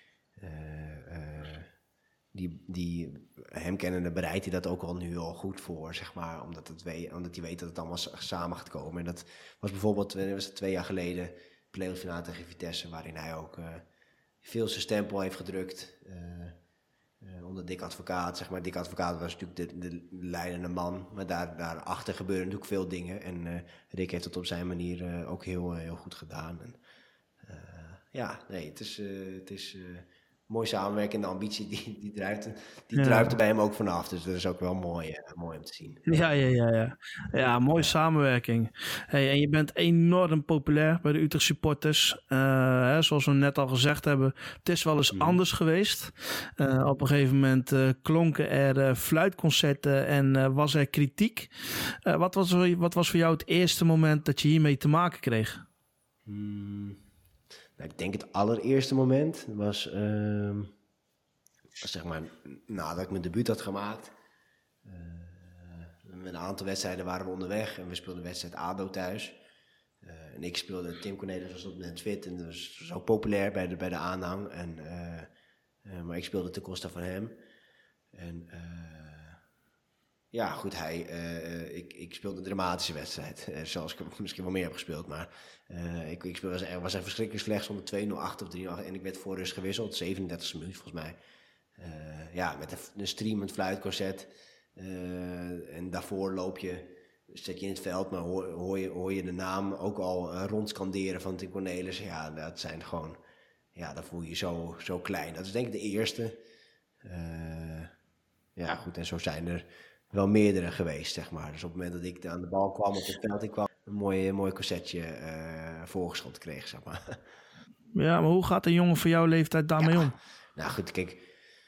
die hem kennende bereidt hij dat ook al nu al goed voor, zeg maar. Omdat hij weet dat het allemaal samen gaat komen. En dat was bijvoorbeeld 2 jaar geleden play-off finale tegen Vitesse, waarin hij ook veel zijn stempel heeft gedrukt. Onder Dick Advocaat, zeg maar. Dick Advocaat was natuurlijk de leidende man. Maar daarachter gebeuren natuurlijk veel dingen. En Rick heeft het op zijn manier ook heel, heel goed gedaan. En, het is mooi samenwerken. En de ambitie die druipt er bij hem ook vanaf. Dus dat is ook wel mooi om te zien. Ja, mooie samenwerking. Hey, en je bent enorm populair bij de Utrecht supporters. Zoals we net al gezegd hebben, het is wel eens anders geweest. Op een gegeven moment klonken er fluitconcerten en was er kritiek. Wat was voor jou het eerste moment dat je hiermee te maken kreeg? Nou, ik denk het allereerste moment was zeg maar nadat ik mijn debuut had gemaakt. Met een aantal wedstrijden waren we onderweg en we speelden de wedstrijd ADO thuis. En ik speelde, Tim Cornelis was op het moment fit en dat was zo populair bij de aanhang. Maar ik speelde ten koste van hem. En ja, goed, ik speelde een dramatische wedstrijd. Zoals ik misschien wel meer heb gespeeld. Maar ik was echt verschrikkelijk slecht. Stond 2-0 achter of 3-0 achter. En ik werd voor rust gewisseld. 37e minuut volgens mij. Met een streamend fluitconcert. En daarvoor zet je in het veld. Maar hoor je de naam ook al rondskanderen van Tim Cornelis. Ja, dat zijn gewoon... Ja, dan voel je je zo klein. Dat is denk ik de eerste. Ja, goed. En zo zijn er wel meerdere geweest, zeg maar. Dus op het moment dat ik aan de bal kwam, op het veld ik kwam, een mooi concertje voorgeschoteld kreeg, zeg maar. Ja, maar hoe gaat een jongen van jouw leeftijd daarmee om? Nou goed, kijk.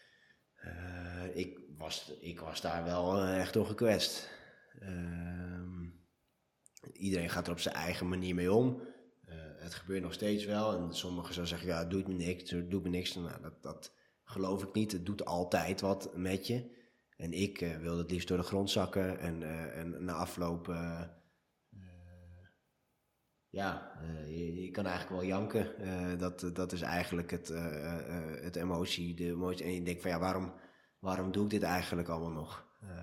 Ik was daar wel echt door gekwetst. Iedereen gaat er op zijn eigen manier mee om. Het gebeurt nog steeds wel. En sommigen zullen zeggen, ja, het doet me niks. Nou, dat geloof ik niet. Het doet altijd wat met je. En ik wilde het liefst door de grond zakken. En na afloop... je kan eigenlijk wel janken. Dat is eigenlijk het emotie. De emotie. En je denkt van, ja, waarom doe ik dit eigenlijk allemaal nog?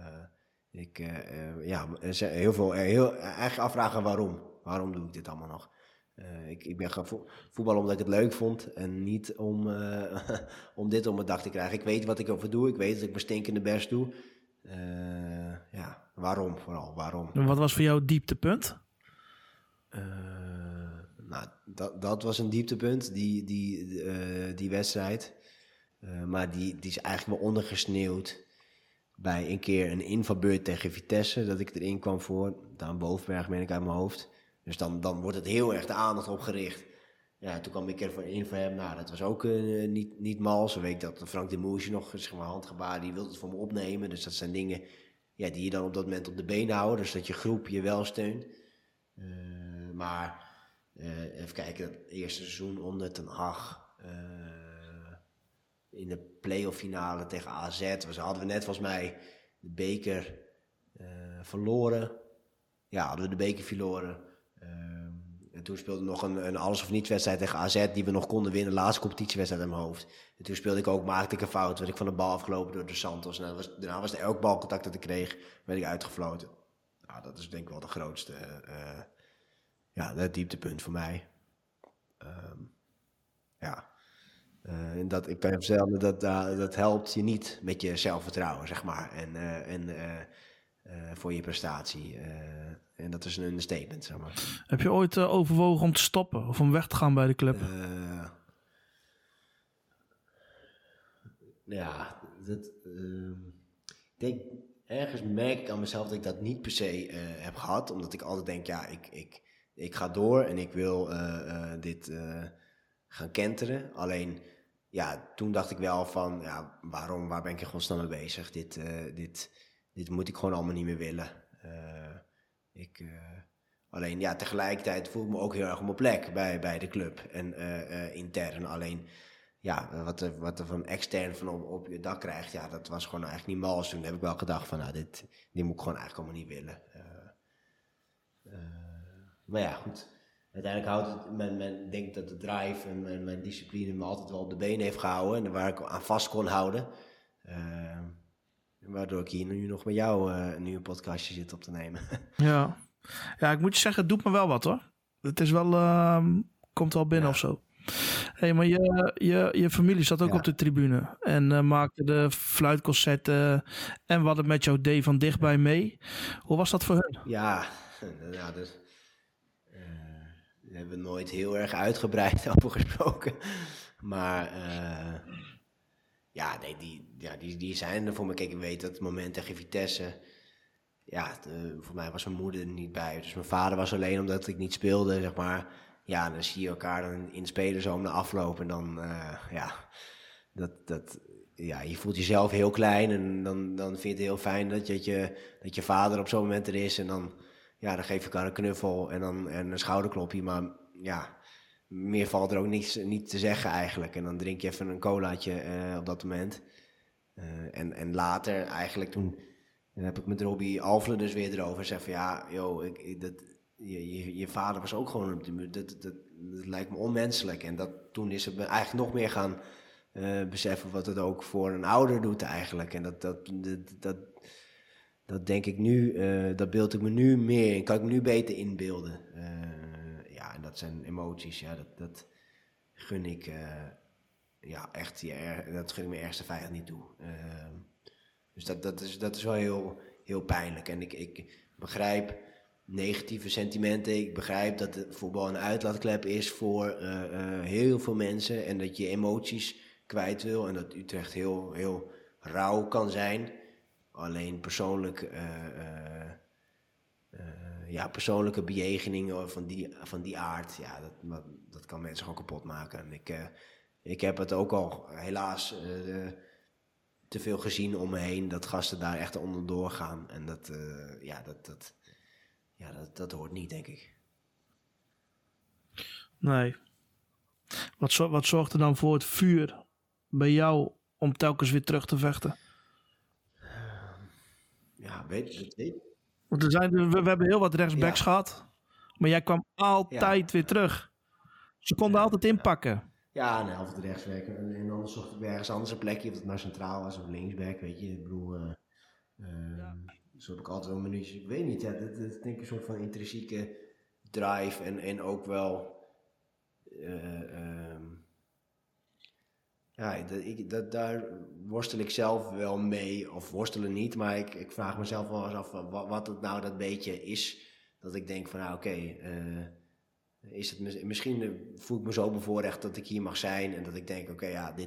Eigenlijk afvragen waarom. Waarom doe ik dit allemaal nog? Ik ben gaan voetballen omdat ik het leuk vond. En niet om dit op mijn dak te krijgen. Ik weet wat ik ervoor doe. Ik weet dat ik mijn stinkende best doe. Waarom vooral? Waarom? En wat was voor jou het dieptepunt? Dat was een dieptepunt, die wedstrijd. Maar die is eigenlijk wel ondergesneeuwd bij een keer een invalbeurt tegen Vitesse. Dat ik erin kwam voor. Daan Bovenberg, meen ik uit mijn hoofd. Dus dan wordt het heel erg de aandacht op gericht. Ja, toen kwam ik er in voor hem. Nou, dat was ook niet mals. Zo weet ik dat Frank de Moesje nog, zeg maar, handgebaar, die wilde het voor me opnemen. Dus dat zijn dingen die je dan op dat moment op de been houden. Dus dat je groep je wel steunt. Even kijken, het eerste seizoen onder Ten Hag. In de play-off finale tegen AZ. Hadden we net volgens mij de beker verloren. Ja, hadden we de beker verloren. En toen speelde nog een alles of niets wedstrijd tegen AZ die we nog konden winnen. De laatste competitiewedstrijd in mijn hoofd. En toen maakte ik een fout. Werd ik van de bal afgelopen door de Santos. En daarna was er elk balcontact dat ik kreeg, werd ik uitgefloten. Nou, dat is denk ik wel de grootste... het dieptepunt voor mij. En dat, ik kan je vertellen, dat helpt je niet met je zelfvertrouwen, zeg maar. En voor je prestatie. En dat is een understatement, zeg maar. Heb je ooit overwogen om te stoppen of om weg te gaan bij de club? Ik denk, ergens merk ik aan mezelf dat ik dat niet per se heb gehad. Omdat ik altijd denk, ik ga door en ik wil dit gaan kenteren. Alleen, toen dacht ik wel van, waar ben ik er gewoon snel mee bezig? Dit moet ik gewoon allemaal niet meer willen. Alleen, tegelijkertijd voel ik me ook heel erg op mijn plek bij de club. En intern. Alleen, wat er van extern van op je dak krijgt, dat was gewoon eigenlijk niet mals. Toen heb ik wel gedacht van, dit moet ik gewoon eigenlijk allemaal niet willen. Maar ja, goed. Uiteindelijk houdt het, men denkt dat de drive en mijn discipline me altijd wel op de been heeft gehouden. En waar ik aan vast kon houden. Waardoor ik hier nu nog met jou nu een podcastje zit op te nemen. Ja, ik moet je zeggen, het doet me wel wat hoor. Het is wel, komt wel binnen of zo. Hey, maar je familie zat ook op de tribune. En maakte de fluitconcerten en wat het met jou deed van dichtbij mee. Hoe was dat voor hun? Dus... Daar hebben we nooit heel erg uitgebreid over gesproken. Maar die zijn er voor me. Kijk, ik weet dat het moment tegen Vitesse... voor mij was mijn moeder er niet bij. Dus mijn vader was alleen omdat ik niet speelde, zeg maar. Ja, dan zie je elkaar dan in de spelerzoom na afloop. En dan, je voelt jezelf heel klein. En dan vind je het heel fijn dat je vader op zo'n moment er is. En dan geef je elkaar een knuffel en een schouderklopje. Maar meer valt er ook niet te zeggen eigenlijk. En dan drink je even een colaatje op dat moment. En later eigenlijk toen heb ik met Robbie Alfle dus weer erover. Zeg van je vader was ook gewoon... Dat lijkt me onmenselijk. En toen is het me eigenlijk nog meer gaan beseffen wat het ook voor een ouder doet eigenlijk. En dat denk ik nu, dat beeld ik me nu meer in, kan ik me nu beter inbeelden. En dat zijn emoties, ja, dat gun ik echt, dat gun ik mijn ergste vijand niet toe. Dus dat is wel heel, heel pijnlijk. En ik begrijp negatieve sentimenten. Ik begrijp dat het voetbal een uitlaatklep is voor heel veel mensen. En dat je emoties kwijt wil. En dat Utrecht heel, heel rauw kan zijn. Alleen persoonlijke bejegeningen van die aard, ja, dat kan mensen gewoon kapot maken. En ik heb het ook al helaas te veel gezien om me heen, dat gasten daar echt onderdoor gaan. En dat hoort niet, denk ik. Nee. Wat zorgt er dan voor het vuur bij jou om telkens weer terug te vechten? Weet je. Want we hebben heel wat rechtsbacks gehad. Maar jij kwam altijd weer terug. Ze konden altijd inpakken. Ja, een helft rechtsback. En anders zocht ik ergens anders een plekje. Of het nou centraal was of linksback, weet je. Ik bedoel, zo heb ik altijd wel minuutjes. Ik weet niet, ja, dat is denk ik een soort van intrinsieke drive. En ook wel... daar worstel ik zelf wel mee, of worstelen niet, maar ik vraag mezelf wel eens af wat het nou dat beetje is, dat ik denk van is het misschien voel ik me zo bevoorrecht dat ik hier mag zijn en dat ik denk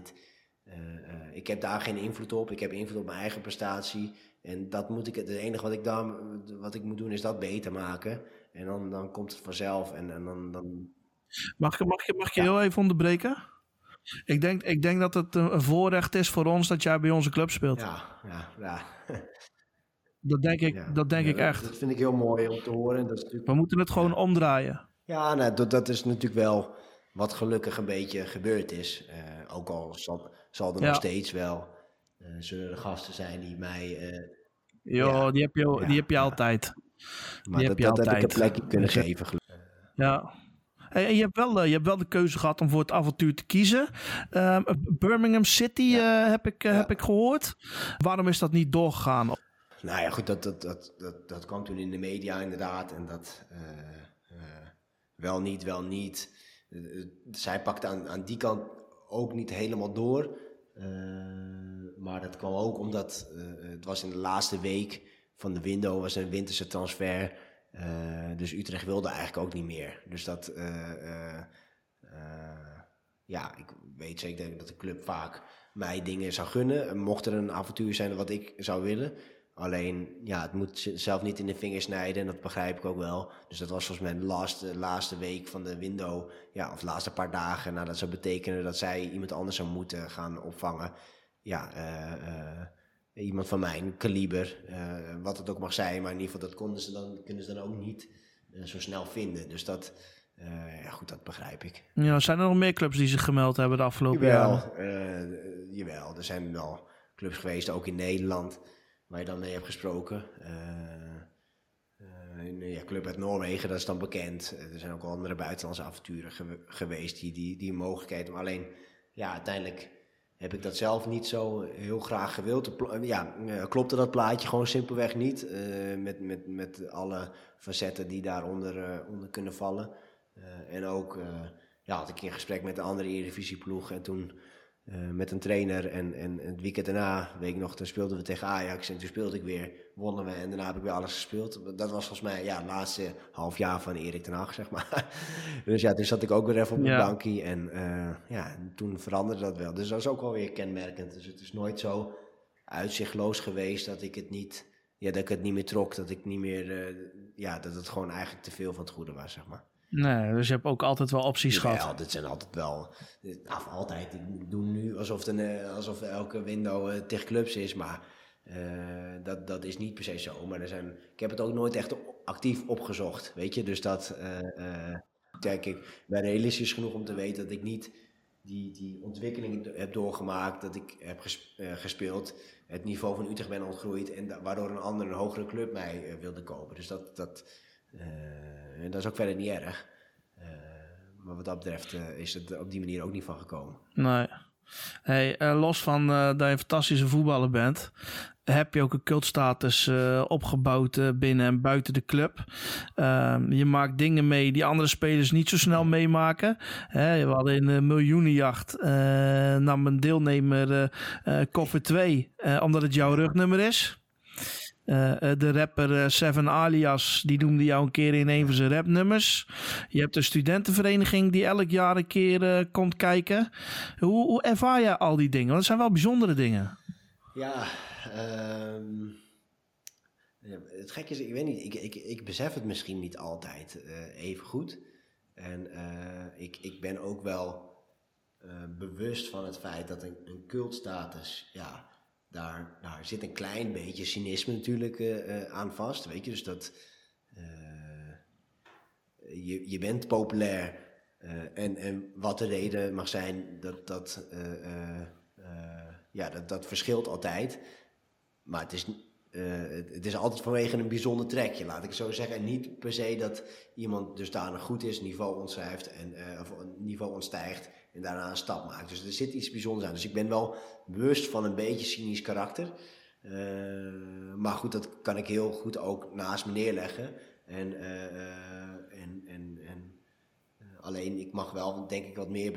ik heb daar geen invloed op, ik heb invloed op mijn eigen prestatie en dat moet ik, het enige wat ik moet doen is dat beter maken en dan komt het vanzelf en dan... Mag je heel even onderbreken? Ik denk dat het een voorrecht is voor ons dat jij bij onze club speelt. Ja. Dat denk ik echt. Dat vind ik heel mooi om te horen. Dat is We moeten het gewoon omdraaien. Ja, dat is natuurlijk wel wat gelukkig een beetje gebeurd is. Ook al zal er nog steeds wel zullen er gasten zijn die mij... die heb je altijd. Maar dat heb ik een plekje kunnen geven. Ja. En je hebt wel de keuze gehad om voor het avontuur te kiezen. Birmingham City heb ik gehoord. Waarom is dat niet doorgegaan? Nou ja, goed, dat kwam toen in de media inderdaad. En dat wel niet. Zij pakte aan die kant ook niet helemaal door. Maar dat kwam ook omdat het was in de laatste week van de window, was een winterse transfer. Dus Utrecht wilde eigenlijk ook niet meer. Dus dat, ik weet zeker dat de club vaak mij dingen zou gunnen. Mocht er een avontuur zijn wat ik zou willen. Alleen, het moet zelf niet in de vingers snijden en dat begrijp ik ook wel. Dus dat was volgens mij de laatste week van de window, of de laatste paar dagen. Nou, dat zou betekenen dat zij iemand anders zou moeten gaan opvangen. Iemand van mijn kaliber, wat het ook mag zijn, maar in ieder geval dat kunnen ze dan ook niet zo snel vinden. Dus dat begrijp ik. Ja, zijn er nog meer clubs die zich gemeld hebben de afgelopen jaren? Jawel, er zijn wel clubs geweest, ook in Nederland, waar je dan mee hebt gesproken. Club uit Noorwegen, dat is dan bekend. Er zijn ook al andere buitenlandse avonturen geweest die mogelijkheid. Maar alleen, uiteindelijk heb ik dat zelf niet zo heel graag gewild. Klopte dat plaatje gewoon simpelweg niet. Met alle facetten die daaronder onder kunnen vallen. En ook had ik een gesprek met een andere Eredivisieploeg. En toen met een trainer. En het weekend daarna, weet ik nog, toen speelden we tegen Ajax. En toen speelde ik weer, wonnen we. En daarna heb ik weer alles gespeeld. Dat was volgens mij het laatste half jaar van Erik ten Hag, zeg maar. Dus toen zat ik ook weer even op mijn bankje. En toen veranderde dat wel. Dus dat is ook wel weer kenmerkend. Dus het is nooit zo uitzichtloos geweest dat ik het niet... dat ik het niet meer trok. Dat ik niet meer... dat het gewoon eigenlijk te veel van het goede was, zeg maar. Nee, dus je hebt ook altijd wel opties gehad. Ja, dit zijn altijd wel... altijd. Ik doe nu alsof elke window tegen clubs is, maar dat is niet per se zo. Maar ik heb het ook nooit echt actief opgezocht, weet je. Dus dat... kijk, ik ben realistisch genoeg om te weten dat ik niet die ontwikkeling heb doorgemaakt, dat ik heb gespeeld, het niveau van Utrecht ben ontgroeid en waardoor een hogere club mij wilde kopen. Dus dat is ook verder niet erg. Maar wat dat betreft is het op die manier ook niet van gekomen. Nee. Hey, los van dat je een fantastische voetballer bent, heb je ook een cultstatus opgebouwd binnen en buiten de club. Je maakt dingen mee die andere spelers niet zo snel meemaken. We hadden in de miljoenenjacht nam een deelnemer koffer 2, omdat het jouw rugnummer is. De rapper Seven Alias, die noemde jou een keer in een van zijn rapnummers. Je hebt een studentenvereniging die elk jaar een keer komt kijken. Hoe ervaar jij al die dingen? Want het zijn wel bijzondere dingen. Ja, het gekke is, ik weet niet, ik besef het misschien niet altijd even goed. En ik ben ook wel bewust van het feit dat een cultstatus, ja, daar zit een klein beetje cynisme natuurlijk aan vast, weet je. Dus dat je bent populair en wat de reden mag zijn, dat verschilt altijd. Maar het is altijd vanwege een bijzonder trekje, laat ik het zo zeggen. En niet per se dat iemand dusdanig goed is, niveau ontschrijft of een niveau ontstijgt en daarna een stap maakt. Dus er zit iets bijzonders aan. Dus ik ben wel bewust van een beetje cynisch karakter. Maar goed, dat kan ik heel goed ook naast me neerleggen. Alleen ik mag wel, denk ik, wat meer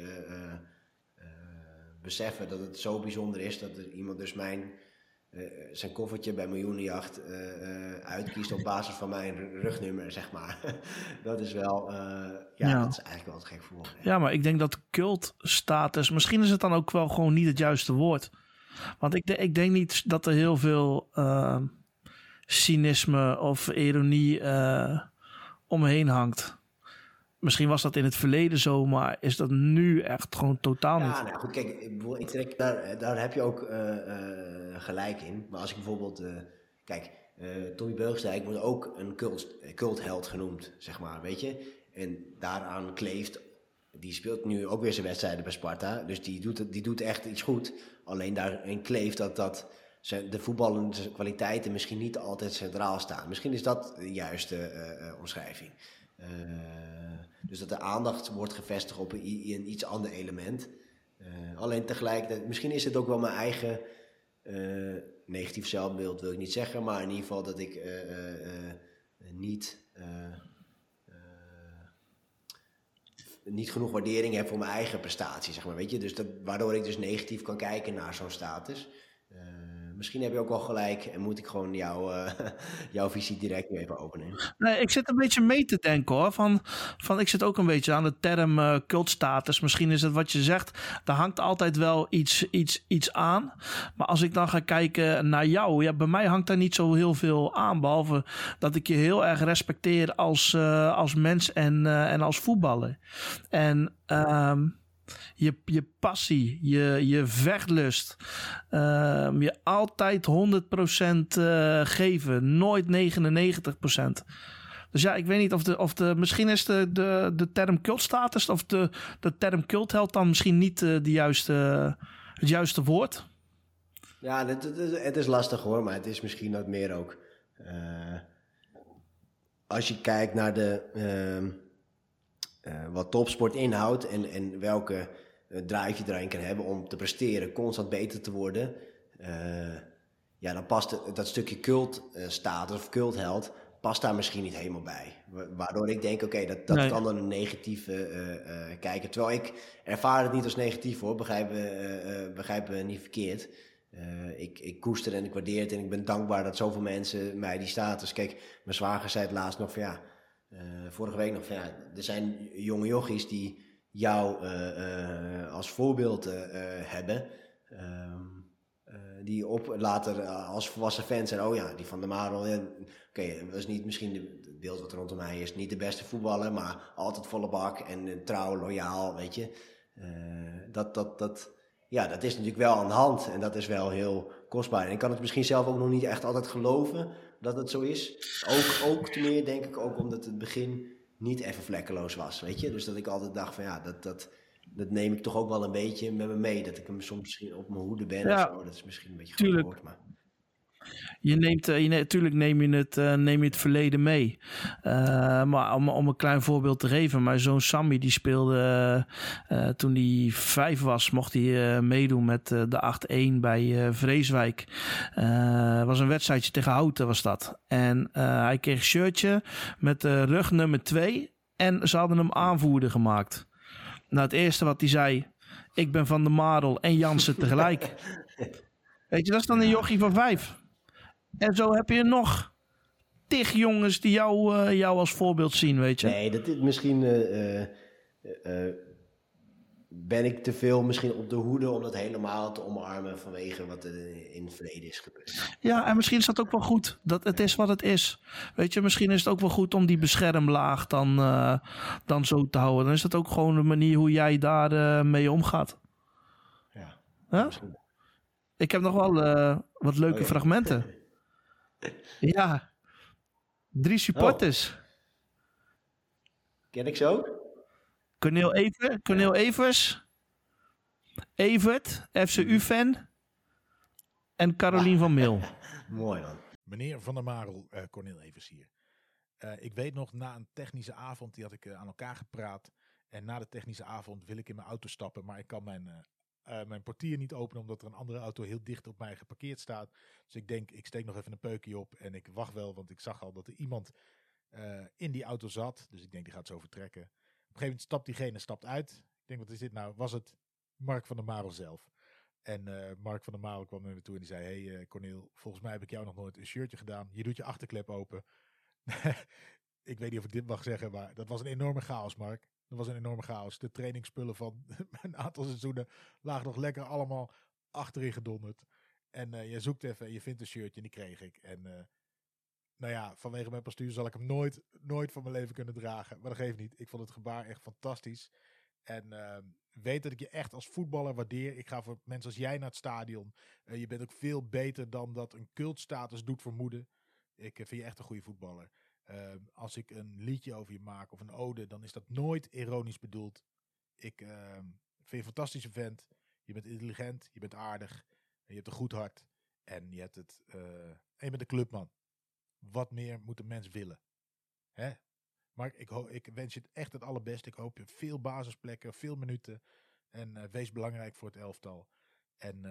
beseffen dat het zo bijzonder is dat er iemand dus zijn koffertje bij miljoenenjacht uitkiest op basis van mijn rugnummer, zeg maar. Dat is wel, dat is eigenlijk wel het gek voor woorden. Ja, maar ik denk dat cultstatus, misschien is het dan ook wel gewoon niet het juiste woord. Want ik denk niet dat er heel veel cynisme of ironie omheen hangt. Misschien was dat in het verleden zo, maar is dat nu echt gewoon totaal niet. Ja, nou goed, kijk, ik trek, daar heb je ook gelijk in. Maar als ik bijvoorbeeld, Tommy Beugelsdijk wordt ook een cultheld genoemd, zeg maar, weet je. En daaraan kleeft, die speelt nu ook weer zijn wedstrijden bij Sparta. Dus die doet echt iets goed. Alleen daarin kleeft dat de voetballende kwaliteiten misschien niet altijd centraal staan. Misschien is dat de juiste omschrijving. Dus dat de aandacht wordt gevestigd op een iets ander element. Alleen tegelijkertijd, misschien is het ook wel mijn eigen negatief zelfbeeld, wil ik niet zeggen, maar in ieder geval dat ik niet genoeg waardering heb voor mijn eigen prestatie, zeg maar, weet je. Dus waardoor ik dus negatief kan kijken naar zo'n status. Misschien heb je ook wel gelijk en moet ik gewoon jouw visie direct nu even openen. Nee, ik zit een beetje mee te denken hoor. Van ik zit ook een beetje aan de term cultstatus. Misschien is het wat je zegt. Daar hangt altijd wel iets aan. Maar als ik dan ga kijken naar jou. Ja, bij mij hangt daar niet zo heel veel aan. Behalve dat ik je heel erg respecteer als mens en als voetballer. En je passie, je vechtlust, je altijd 100% geven, nooit 99%. Dus ja, ik weet niet misschien is de term cultstatus of de term cultheld dan misschien niet het juiste woord. Ja, het is lastig hoor, maar het is misschien wat meer ook. Als je kijkt naar wat topsport inhoudt en welke drive je erin kan hebben om te presteren, constant beter te worden, dan past dat stukje cultstatus of cultheld past daar misschien niet helemaal bij. Waardoor ik denk, oké, dat nee, kan dan een negatieve kijken. Terwijl ik ervaar het niet als negatief hoor, begrijp me niet verkeerd. Ik koester en ik waardeer het en ik ben dankbaar dat zoveel mensen mij die status... Kijk, mijn zwager zei het laatst nog van vorige week nog van er zijn jonge jochies die jou als voorbeeld hebben. Die later als volwassen fans zijn, oh ja, die Van der Marel. Oké, dat is niet misschien het beeld wat rondom mij is, niet de beste voetballer, maar altijd volle bak en trouw, loyaal, weet je. Dat is natuurlijk wel aan de hand en dat is wel heel kostbaar. En ik kan het misschien zelf ook nog niet echt altijd geloven dat het zo is. Ook te meer denk ik ook omdat het begin niet even vlekkeloos was, weet je. Dus dat ik altijd dacht van dat neem ik toch ook wel een beetje met me mee. Dat ik hem soms misschien op mijn hoede ben of zo. Dat is misschien een beetje groot woord, maar... Natuurlijk neem je het verleden mee. Maar om een klein voorbeeld te geven. Mijn zoon Sammy die speelde toen hij 5 was. Mocht hij meedoen met de 8-1 bij Vreeswijk. Was een wedstrijdje tegen Houten was dat. En hij kreeg een shirtje met rug nummer 2. En ze hadden hem aanvoerder gemaakt. Nou, het eerste wat hij zei... Ik ben Van der Marel en Jansen tegelijk. Weet je, dat is dan een jochie van 5. En zo heb je nog 10 jongens die jou als voorbeeld zien, weet je. Nee, dat is misschien... ben ik te veel misschien op de hoede om dat helemaal te omarmen vanwege wat er in het verleden is gebeurd. Ja, en misschien is dat ook wel goed. Dat het is wat het is. Weet je, misschien is het ook wel goed om die beschermlaag dan zo te houden. Dan is dat ook gewoon de manier hoe jij daar mee omgaat. Ja. Huh? Ik heb nog wel wat leuke fragmenten. Ja. 3 supporters. Ken ik zo? Cornel Evers, Evert, FCU-fan en Carolien van Mil. Mooi man. Meneer Van der Marel, Cornel Evers hier. Ik weet nog, na een technische avond, die had ik aan elkaar gepraat. En na de technische avond wil ik in mijn auto stappen, maar ik kan mijn portier niet openen, omdat er een andere auto heel dicht op mij geparkeerd staat. Dus ik denk, ik steek nog even een peukje op en ik wacht wel, want ik zag al dat er iemand in die auto zat. Dus ik denk, die gaat zo vertrekken. Op een gegeven moment stapt diegene uit. Ik denk, wat is dit nou? Was het Mark van der Marel zelf? En Mark van der Marel kwam naar me toe en die zei... Hey Cornel, volgens mij heb ik jou nog nooit een shirtje gedaan. Je doet je achterklep open. Ik weet niet of ik dit mag zeggen, maar dat was een enorme chaos, Mark. Dat was een enorme chaos. De trainingsspullen van een aantal seizoenen lagen nog lekker allemaal achterin gedonderd. En je zoekt even en je vindt een shirtje en die kreeg ik. En nou ja, vanwege mijn postuur zal ik hem nooit van mijn leven kunnen dragen. Maar dat geeft niet. Ik vond het gebaar echt fantastisch. En weet dat ik je echt als voetballer waardeer. Ik ga voor mensen als jij naar het stadion. Je bent ook veel beter dan dat een cultstatus doet vermoeden. Ik vind je echt een goede voetballer. Als ik een liedje over je maak of een ode, dan is dat nooit ironisch bedoeld. Ik vind je een fantastische vent. Je bent intelligent, je bent aardig. Je hebt een goed hart. En je bent een clubman. Wat meer moet een mens willen? Hè? Maar ik wens je echt het allerbeste. Ik hoop je veel basisplekken, veel minuten. En wees belangrijk voor het elftal. En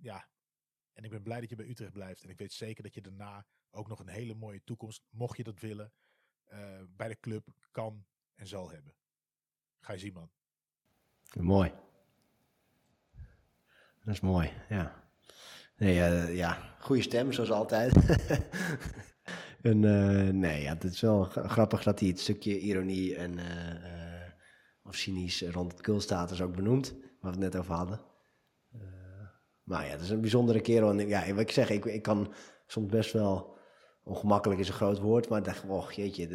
ik ben blij dat je bij Utrecht blijft. En ik weet zeker dat je daarna ook nog een hele mooie toekomst, mocht je dat willen, bij de club kan en zal hebben. Ga je zien, man. Mooi. Dat is mooi, ja. Nee, goede stem, zoals altijd. En het is wel grappig dat hij het stukje ironie en of cynisch rond het cultstatus ook benoemt, waar we het net over hadden. Maar ja, het is een bijzondere kerel. En ja, wat ik zeg, ik kan soms best wel, ongemakkelijk is een groot woord, maar ik dacht, oh jeetje,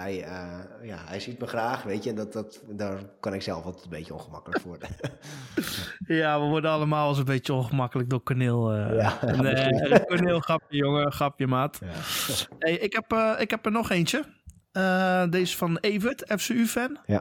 hij ziet me graag, weet je, en daar kan ik zelf altijd een beetje ongemakkelijk voor worden. Ja, we worden allemaal eens een beetje ongemakkelijk door Cornel. Nee, Cornel, grapje jongen, grapje maat. Ja. Hey, ik heb er nog eentje. Deze van Evert, FCU-fan. Ja.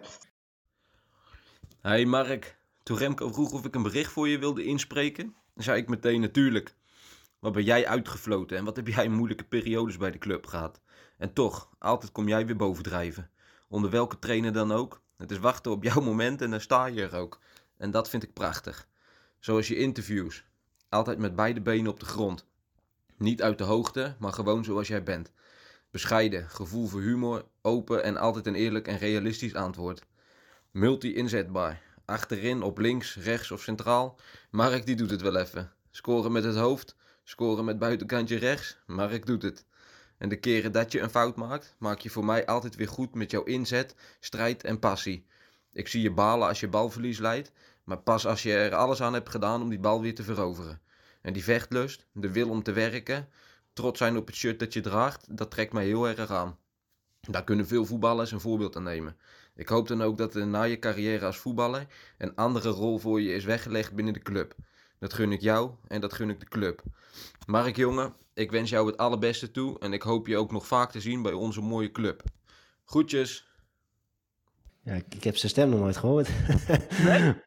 Hey Mark, toen Remco vroeg of ik een bericht voor je wilde inspreken, zei ik meteen natuurlijk. Wat ben jij uitgefloten en wat heb jij moeilijke periodes bij de club gehad. En toch, altijd kom jij weer bovendrijven. Onder welke trainer dan ook. Het is wachten op jouw moment en dan sta je er ook. En dat vind ik prachtig. Zoals je interviews. Altijd met beide benen op de grond. Niet uit de hoogte, maar gewoon zoals jij bent. Bescheiden, gevoel voor humor, open en altijd een eerlijk en realistisch antwoord. Multi-inzetbaar. Achterin, op links, rechts of centraal. Mark die doet het wel even. Scoren met het hoofd, scoren met buitenkantje rechts. Mark doet het. En de keren dat je een fout maakt, maak je voor mij altijd weer goed met jouw inzet, strijd en passie. Ik zie je balen als je balverlies leidt, maar pas als je er alles aan hebt gedaan om die bal weer te veroveren. En die vechtlust, de wil om te werken, trots zijn op het shirt dat je draagt, dat trekt mij heel erg aan. Daar kunnen veel voetballers een voorbeeld aan nemen. Ik hoop dan ook dat er na je carrière als voetballer een andere rol voor je is weggelegd binnen de club. Dat gun ik jou en dat gun ik de club. Mark jongen, ik wens jou het allerbeste toe en ik hoop je ook nog vaak te zien bij onze mooie club. Groetjes. Ja, ik heb zijn stem nog nooit gehoord.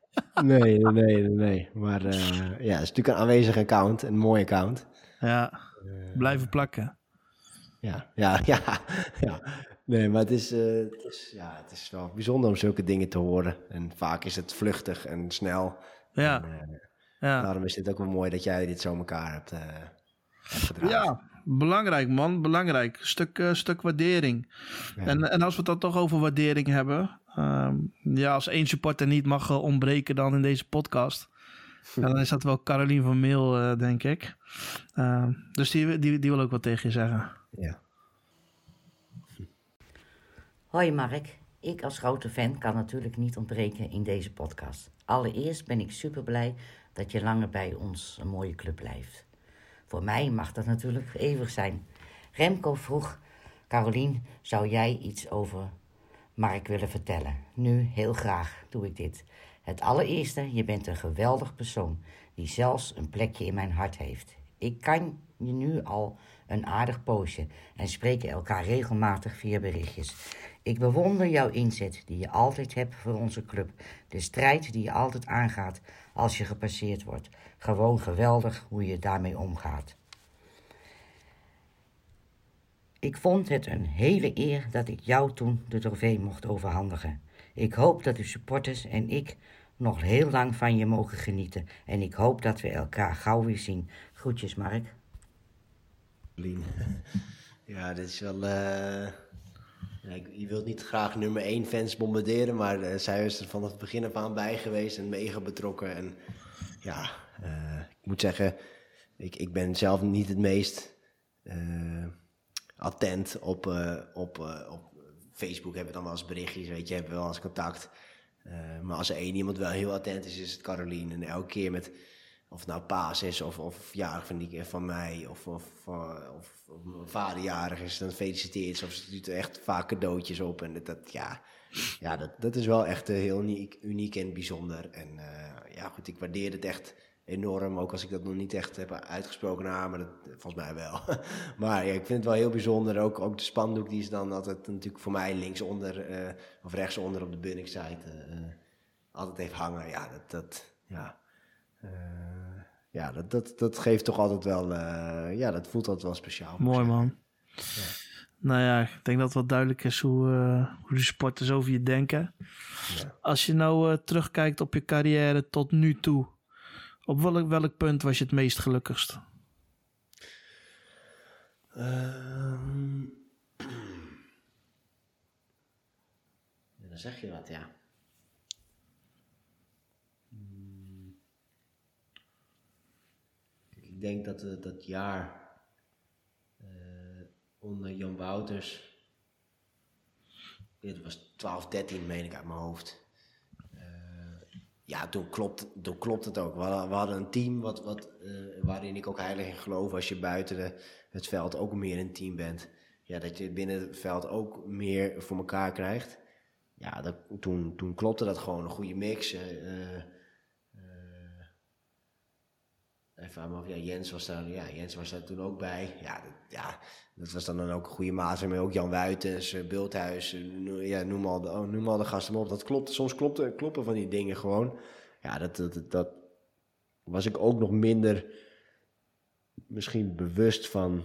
Nee? Nee. Maar het is natuurlijk een aanwezig account, een mooi account. Ja. Blijven plakken. Ja. Nee, maar het is wel bijzonder om zulke dingen te horen. En vaak is het vluchtig en snel. Ja. En, Ja. Daarom is het ook wel mooi dat jij dit zo elkaar hebt gedragen. Ja, belangrijk man, belangrijk. Stuk waardering. Ja. En als we het dan toch over waardering hebben. Als één supporter niet mag ontbreken dan in deze podcast. Dan is dat wel Carolien van Meel, denk ik. Dus die wil ook wat tegen je zeggen. Ja. Hoi Mark, ik als grote fan kan natuurlijk niet ontbreken in deze podcast. Allereerst ben ik super blij dat je langer bij ons een mooie club blijft. Voor mij mag dat natuurlijk eeuwig zijn. Remco vroeg, Carolien, zou jij iets over Mark willen vertellen? Nu, heel graag doe ik dit. Het allereerste, je bent een geweldig persoon die zelfs een plekje in mijn hart heeft. Ik kan je nu al een aardig poosje en spreken elkaar regelmatig via berichtjes. Ik bewonder jouw inzet die je altijd hebt voor onze club. De strijd die je altijd aangaat als je gepasseerd wordt. Gewoon geweldig hoe je daarmee omgaat. Ik vond het een hele eer dat ik jou toen de trofee mocht overhandigen. Ik hoop dat de supporters en ik nog heel lang van je mogen genieten. En ik hoop dat we elkaar gauw weer zien. Groetjes, Mark. Ja, dit is wel... je wilt niet graag nummer 1 fans bombarderen, maar zij is er vanaf het begin af aan bij geweest en mega betrokken. En ja, ik moet zeggen, ik ben zelf niet het meest attent op Facebook. Hebben we dan wel eens berichtjes, weet je, hebben we wel eens contact. Maar als er één iemand wel heel attent is het Carolien. En elke keer met, of het nou paas is of jarig van mij of mijn vader jarig is, dan feliciteert ze. Of ze doet er echt vaak cadeautjes op. En dat is wel echt heel uniek en bijzonder. En goed, ik waardeer het echt enorm. Ook als ik dat nog niet echt heb uitgesproken naar haar, maar dat volgens mij wel. Maar ja, ik vind het wel heel bijzonder. Ook de spandoek die is dan altijd natuurlijk voor mij linksonder of rechtsonder op de Bunnik-site altijd heeft hangen. Dat geeft toch altijd wel... dat voelt altijd wel speciaal. Mooi man. Ja. Nou ja, ik denk dat het wel duidelijk is hoe de sporters over je denken. Ja. Als je nou terugkijkt op je carrière tot nu toe, op welk punt was je het meest gelukkigst? Dan zeg je wat, ja. Ik denk dat dat jaar onder Jan Wouters, dit was 12-13 meen ik uit mijn hoofd. Toen klopt het ook. We hadden een team waarin ik ook heilig in geloof. Als je buiten het veld ook meer een team bent. Ja, dat je binnen het veld ook meer voor elkaar krijgt. Ja, toen klopte dat gewoon. Een goede mix. Even aan me af, Jens was daar toen ook bij. Dat was dan ook een goede maat. Maar ook Jan Wuitens, Bulthuis, noem al de gasten op. Dat klopt. Soms kloppen van die dingen gewoon. Ja, dat was ik ook nog minder misschien bewust van.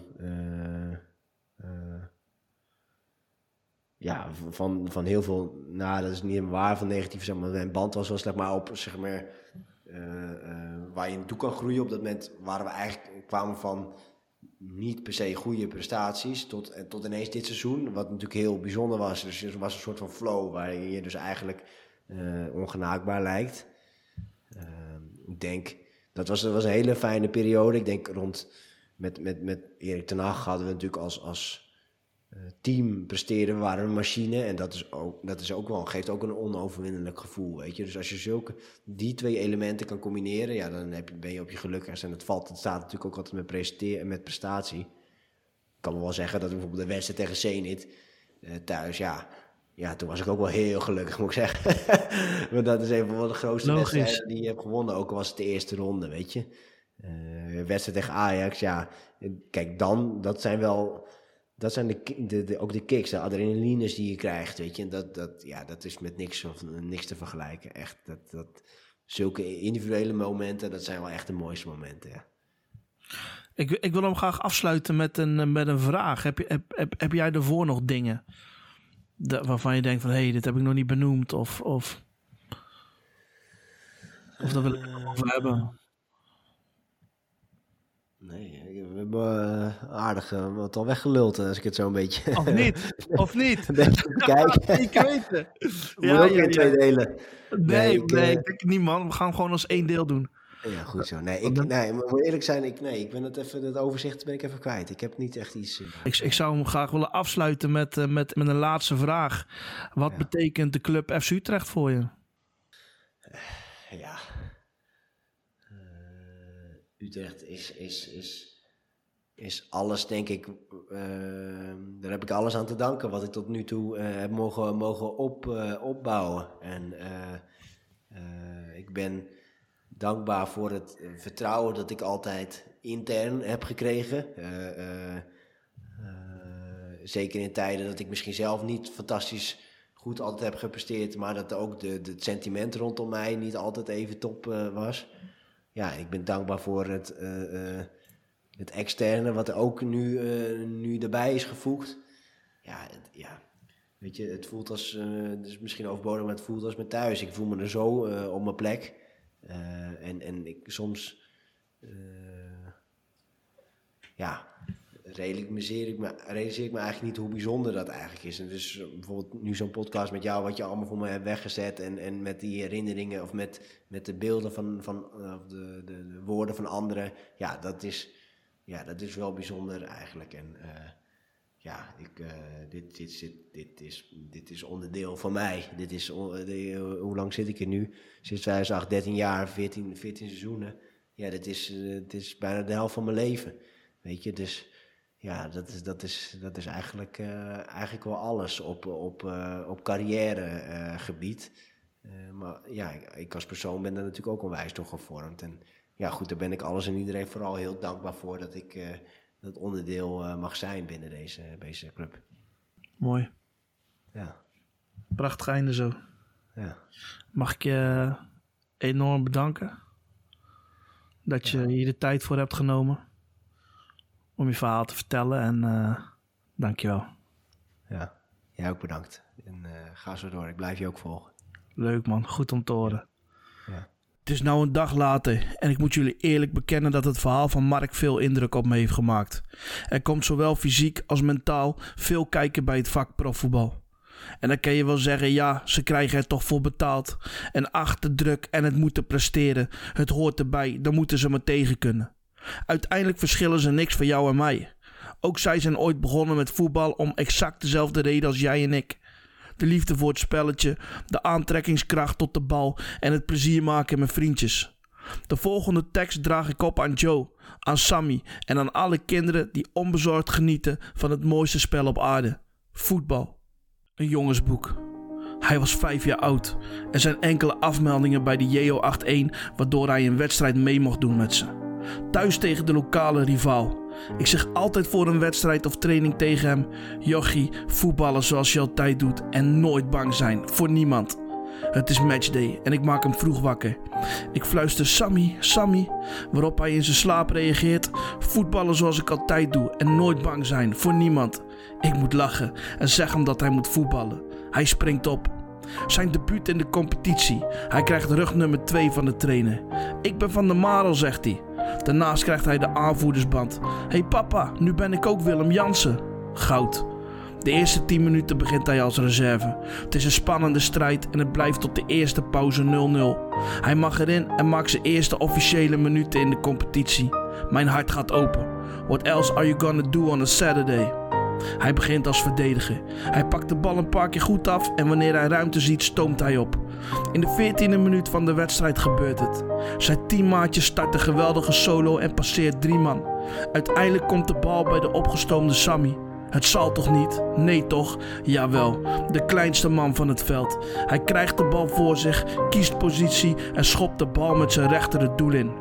Van heel veel. Nou, dat is niet helemaal waar van negatief. Zeg maar, mijn band was wel slecht, maar op zeg maar. Waar je naartoe kan groeien. Op dat moment kwamen van niet per se goede prestaties tot ineens dit seizoen, wat natuurlijk heel bijzonder was. Dus er was een soort van flow waarin je dus eigenlijk ongenaakbaar lijkt. Ik denk, dat was een hele fijne periode. Ik denk met Erik ten Hag hadden we natuurlijk als team presteren, we waren een machine en dat is ook wel, geeft ook een onoverwinnelijk gevoel, weet je. Dus als je die twee elementen kan combineren, ja, dan ben je op je gelukkigst. En het staat natuurlijk ook altijd met prestatie. Ik kan wel zeggen dat bijvoorbeeld de wedstrijd tegen Zenit thuis, toen was ik ook wel heel gelukkig, moet ik zeggen. Want dat is een van de grootste wedstrijden die je hebt gewonnen, ook al was het de eerste ronde, weet je. Wedstrijd tegen Ajax, kijk dan, dat zijn ook de kicks, de adrenalines die je krijgt, weet je. En dat is met niks te vergelijken. Echt, zulke individuele momenten, dat zijn wel echt de mooiste momenten, ja. Ik wil hem graag afsluiten met een vraag. Heb jij daarvoor nog dingen waarvan je denkt van... hé, dit heb ik nog niet benoemd of daar wil ik nog over hebben? Nee, we hebben aardig wat al weggeluld als ik het zo een beetje... Of niet? een beetje bekijk. Ik weet het. Moet ook in 2 delen. Nee, ik denk niet, man. We gaan gewoon als 1 deel doen. Ja, goed zo. Nee, maar moet eerlijk zijn, ik ben het overzicht ben ik even kwijt. Ik heb niet echt iets... Ik zou hem graag willen afsluiten met een laatste vraag. Wat betekent de club FC Utrecht voor je? Ja... Utrecht is alles, denk ik, daar heb ik alles aan te danken wat ik tot nu toe heb mogen opbouwen. En ik ben dankbaar voor het vertrouwen dat ik altijd intern heb gekregen. Zeker in tijden dat ik misschien zelf niet fantastisch goed altijd heb gepresteerd, maar dat ook het sentiment rondom mij niet altijd even top was. Ja, ik ben dankbaar voor het externe, wat er ook nu erbij is gevoegd. Ja, weet je, het voelt als, het is misschien overbodig, maar het voelt als mijn thuis. Ik voel me er zo op mijn plek. En ik soms, realiseer ik me eigenlijk niet hoe bijzonder dat eigenlijk is. En dus bijvoorbeeld nu zo'n podcast met jou, wat je allemaal voor me hebt weggezet en met die herinneringen of met de beelden van de woorden van anderen. Ja, dat is wel bijzonder eigenlijk. En dit is onderdeel van mij. Hoe lang zit ik er nu? Sinds 2008, 13 jaar, 14 seizoenen. Ja, dit is bijna de helft van mijn leven. Weet je, dus ja, dat is eigenlijk wel alles op carrièregebied. Maar ja, ik als persoon ben daar natuurlijk ook onwijs door gevormd. En ja, goed, daar ben ik alles en iedereen vooral heel dankbaar voor dat ik dat onderdeel mag zijn binnen deze club. Mooi. Ja. Prachtig einde zo. Ja. Mag ik je enorm bedanken dat je hier de tijd voor hebt genomen om je verhaal te vertellen en dankjewel. Ja, jij ook bedankt. En ga zo door, ik blijf je ook volgen. Leuk man, goed om te horen. Ja. Het is nou een dag later en ik moet jullie eerlijk bekennen dat het verhaal van Mark veel indruk op me heeft gemaakt. Er komt zowel fysiek als mentaal veel kijken bij het vak profvoetbal. En dan kan je wel zeggen, ja, ze krijgen er toch voor betaald. En achter druk en het moeten presteren, het hoort erbij, dan moeten ze maar tegen kunnen. Uiteindelijk verschillen ze niks van jou en mij. Ook zij zijn ooit begonnen met voetbal om exact dezelfde reden als jij en ik. De liefde voor het spelletje, de aantrekkingskracht tot de bal en het plezier maken met vriendjes. De volgende tekst draag ik op aan Joe, aan Sammy en aan alle kinderen die onbezorgd genieten van het mooiste spel op aarde. Voetbal. Een jongensboek. Hij was 5 jaar oud. Er zijn enkele afmeldingen bij de JO81 waardoor hij een wedstrijd mee mocht doen met ze. Thuis tegen de lokale rivaal. Ik zeg altijd voor een wedstrijd of training tegen hem: Jochie, voetballen zoals je altijd doet en nooit bang zijn, voor niemand. Het is matchday en ik maak hem vroeg wakker. Ik fluister Sammy, Sammy, waarop hij in zijn slaap reageert: voetballen zoals ik altijd doe en nooit bang zijn, voor niemand. Ik moet lachen en zeg hem dat hij moet voetballen. Hij springt op. Zijn debuut in de competitie. Hij krijgt rug nummer 2 van de trainer. Ik ben Van der Marel, zegt hij. Daarnaast krijgt hij de aanvoerdersband. Hey papa, nu ben ik ook Willem Jansen. Goud. De eerste 10 minuten begint hij als reserve. Het is een spannende strijd en het blijft tot de eerste pauze 0-0. Hij mag erin en maakt zijn eerste officiële minuten in de competitie. Mijn hart gaat open. What else are you gonna do on a Saturday? Hij begint als verdediger. Hij pakt de bal een paar keer goed af en wanneer hij ruimte ziet, stoomt hij op. In de 14e minuut van de wedstrijd gebeurt het. Zijn teammaatje start een geweldige solo en passeert 3 man. Uiteindelijk komt de bal bij de opgestoomde Sammy. Het zal toch niet? Nee toch? Jawel, de kleinste man van het veld. Hij krijgt de bal voor zich, kiest positie en schopt de bal met zijn rechter het doel in.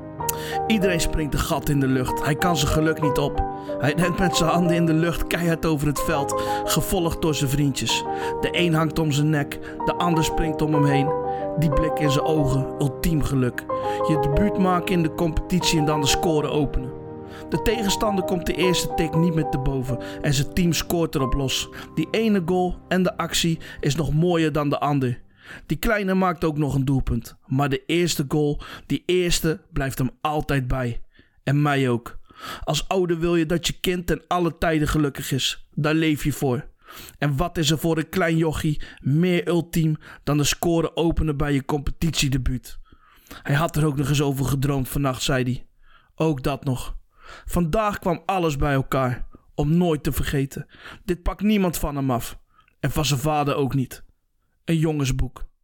Iedereen springt een gat in de lucht. Hij kan zijn geluk niet op. Hij rent met zijn handen in de lucht keihard over het veld, gevolgd door zijn vriendjes. De een hangt om zijn nek, de ander springt om hem heen. Die blik in zijn ogen, ultiem geluk. Je debuut maken in de competitie en dan de score openen. De tegenstander komt de eerste tik niet meer te boven en zijn team scoort erop los. Die ene goal en de actie is nog mooier dan de ander. Die kleine maakt ook nog een doelpunt. Maar de eerste goal, die eerste, blijft hem altijd bij. En mij ook. Als ouder wil je dat je kind ten alle tijden gelukkig is. Daar leef je voor. En wat is er voor een klein jochie meer ultiem dan de score openen bij je competitiedebuut? Hij had er ook nog eens over gedroomd vannacht, zei hij. Ook dat nog. Vandaag kwam alles bij elkaar. Om nooit te vergeten. Dit pakt niemand van hem af. En van zijn vader ook niet. Een jongensboek.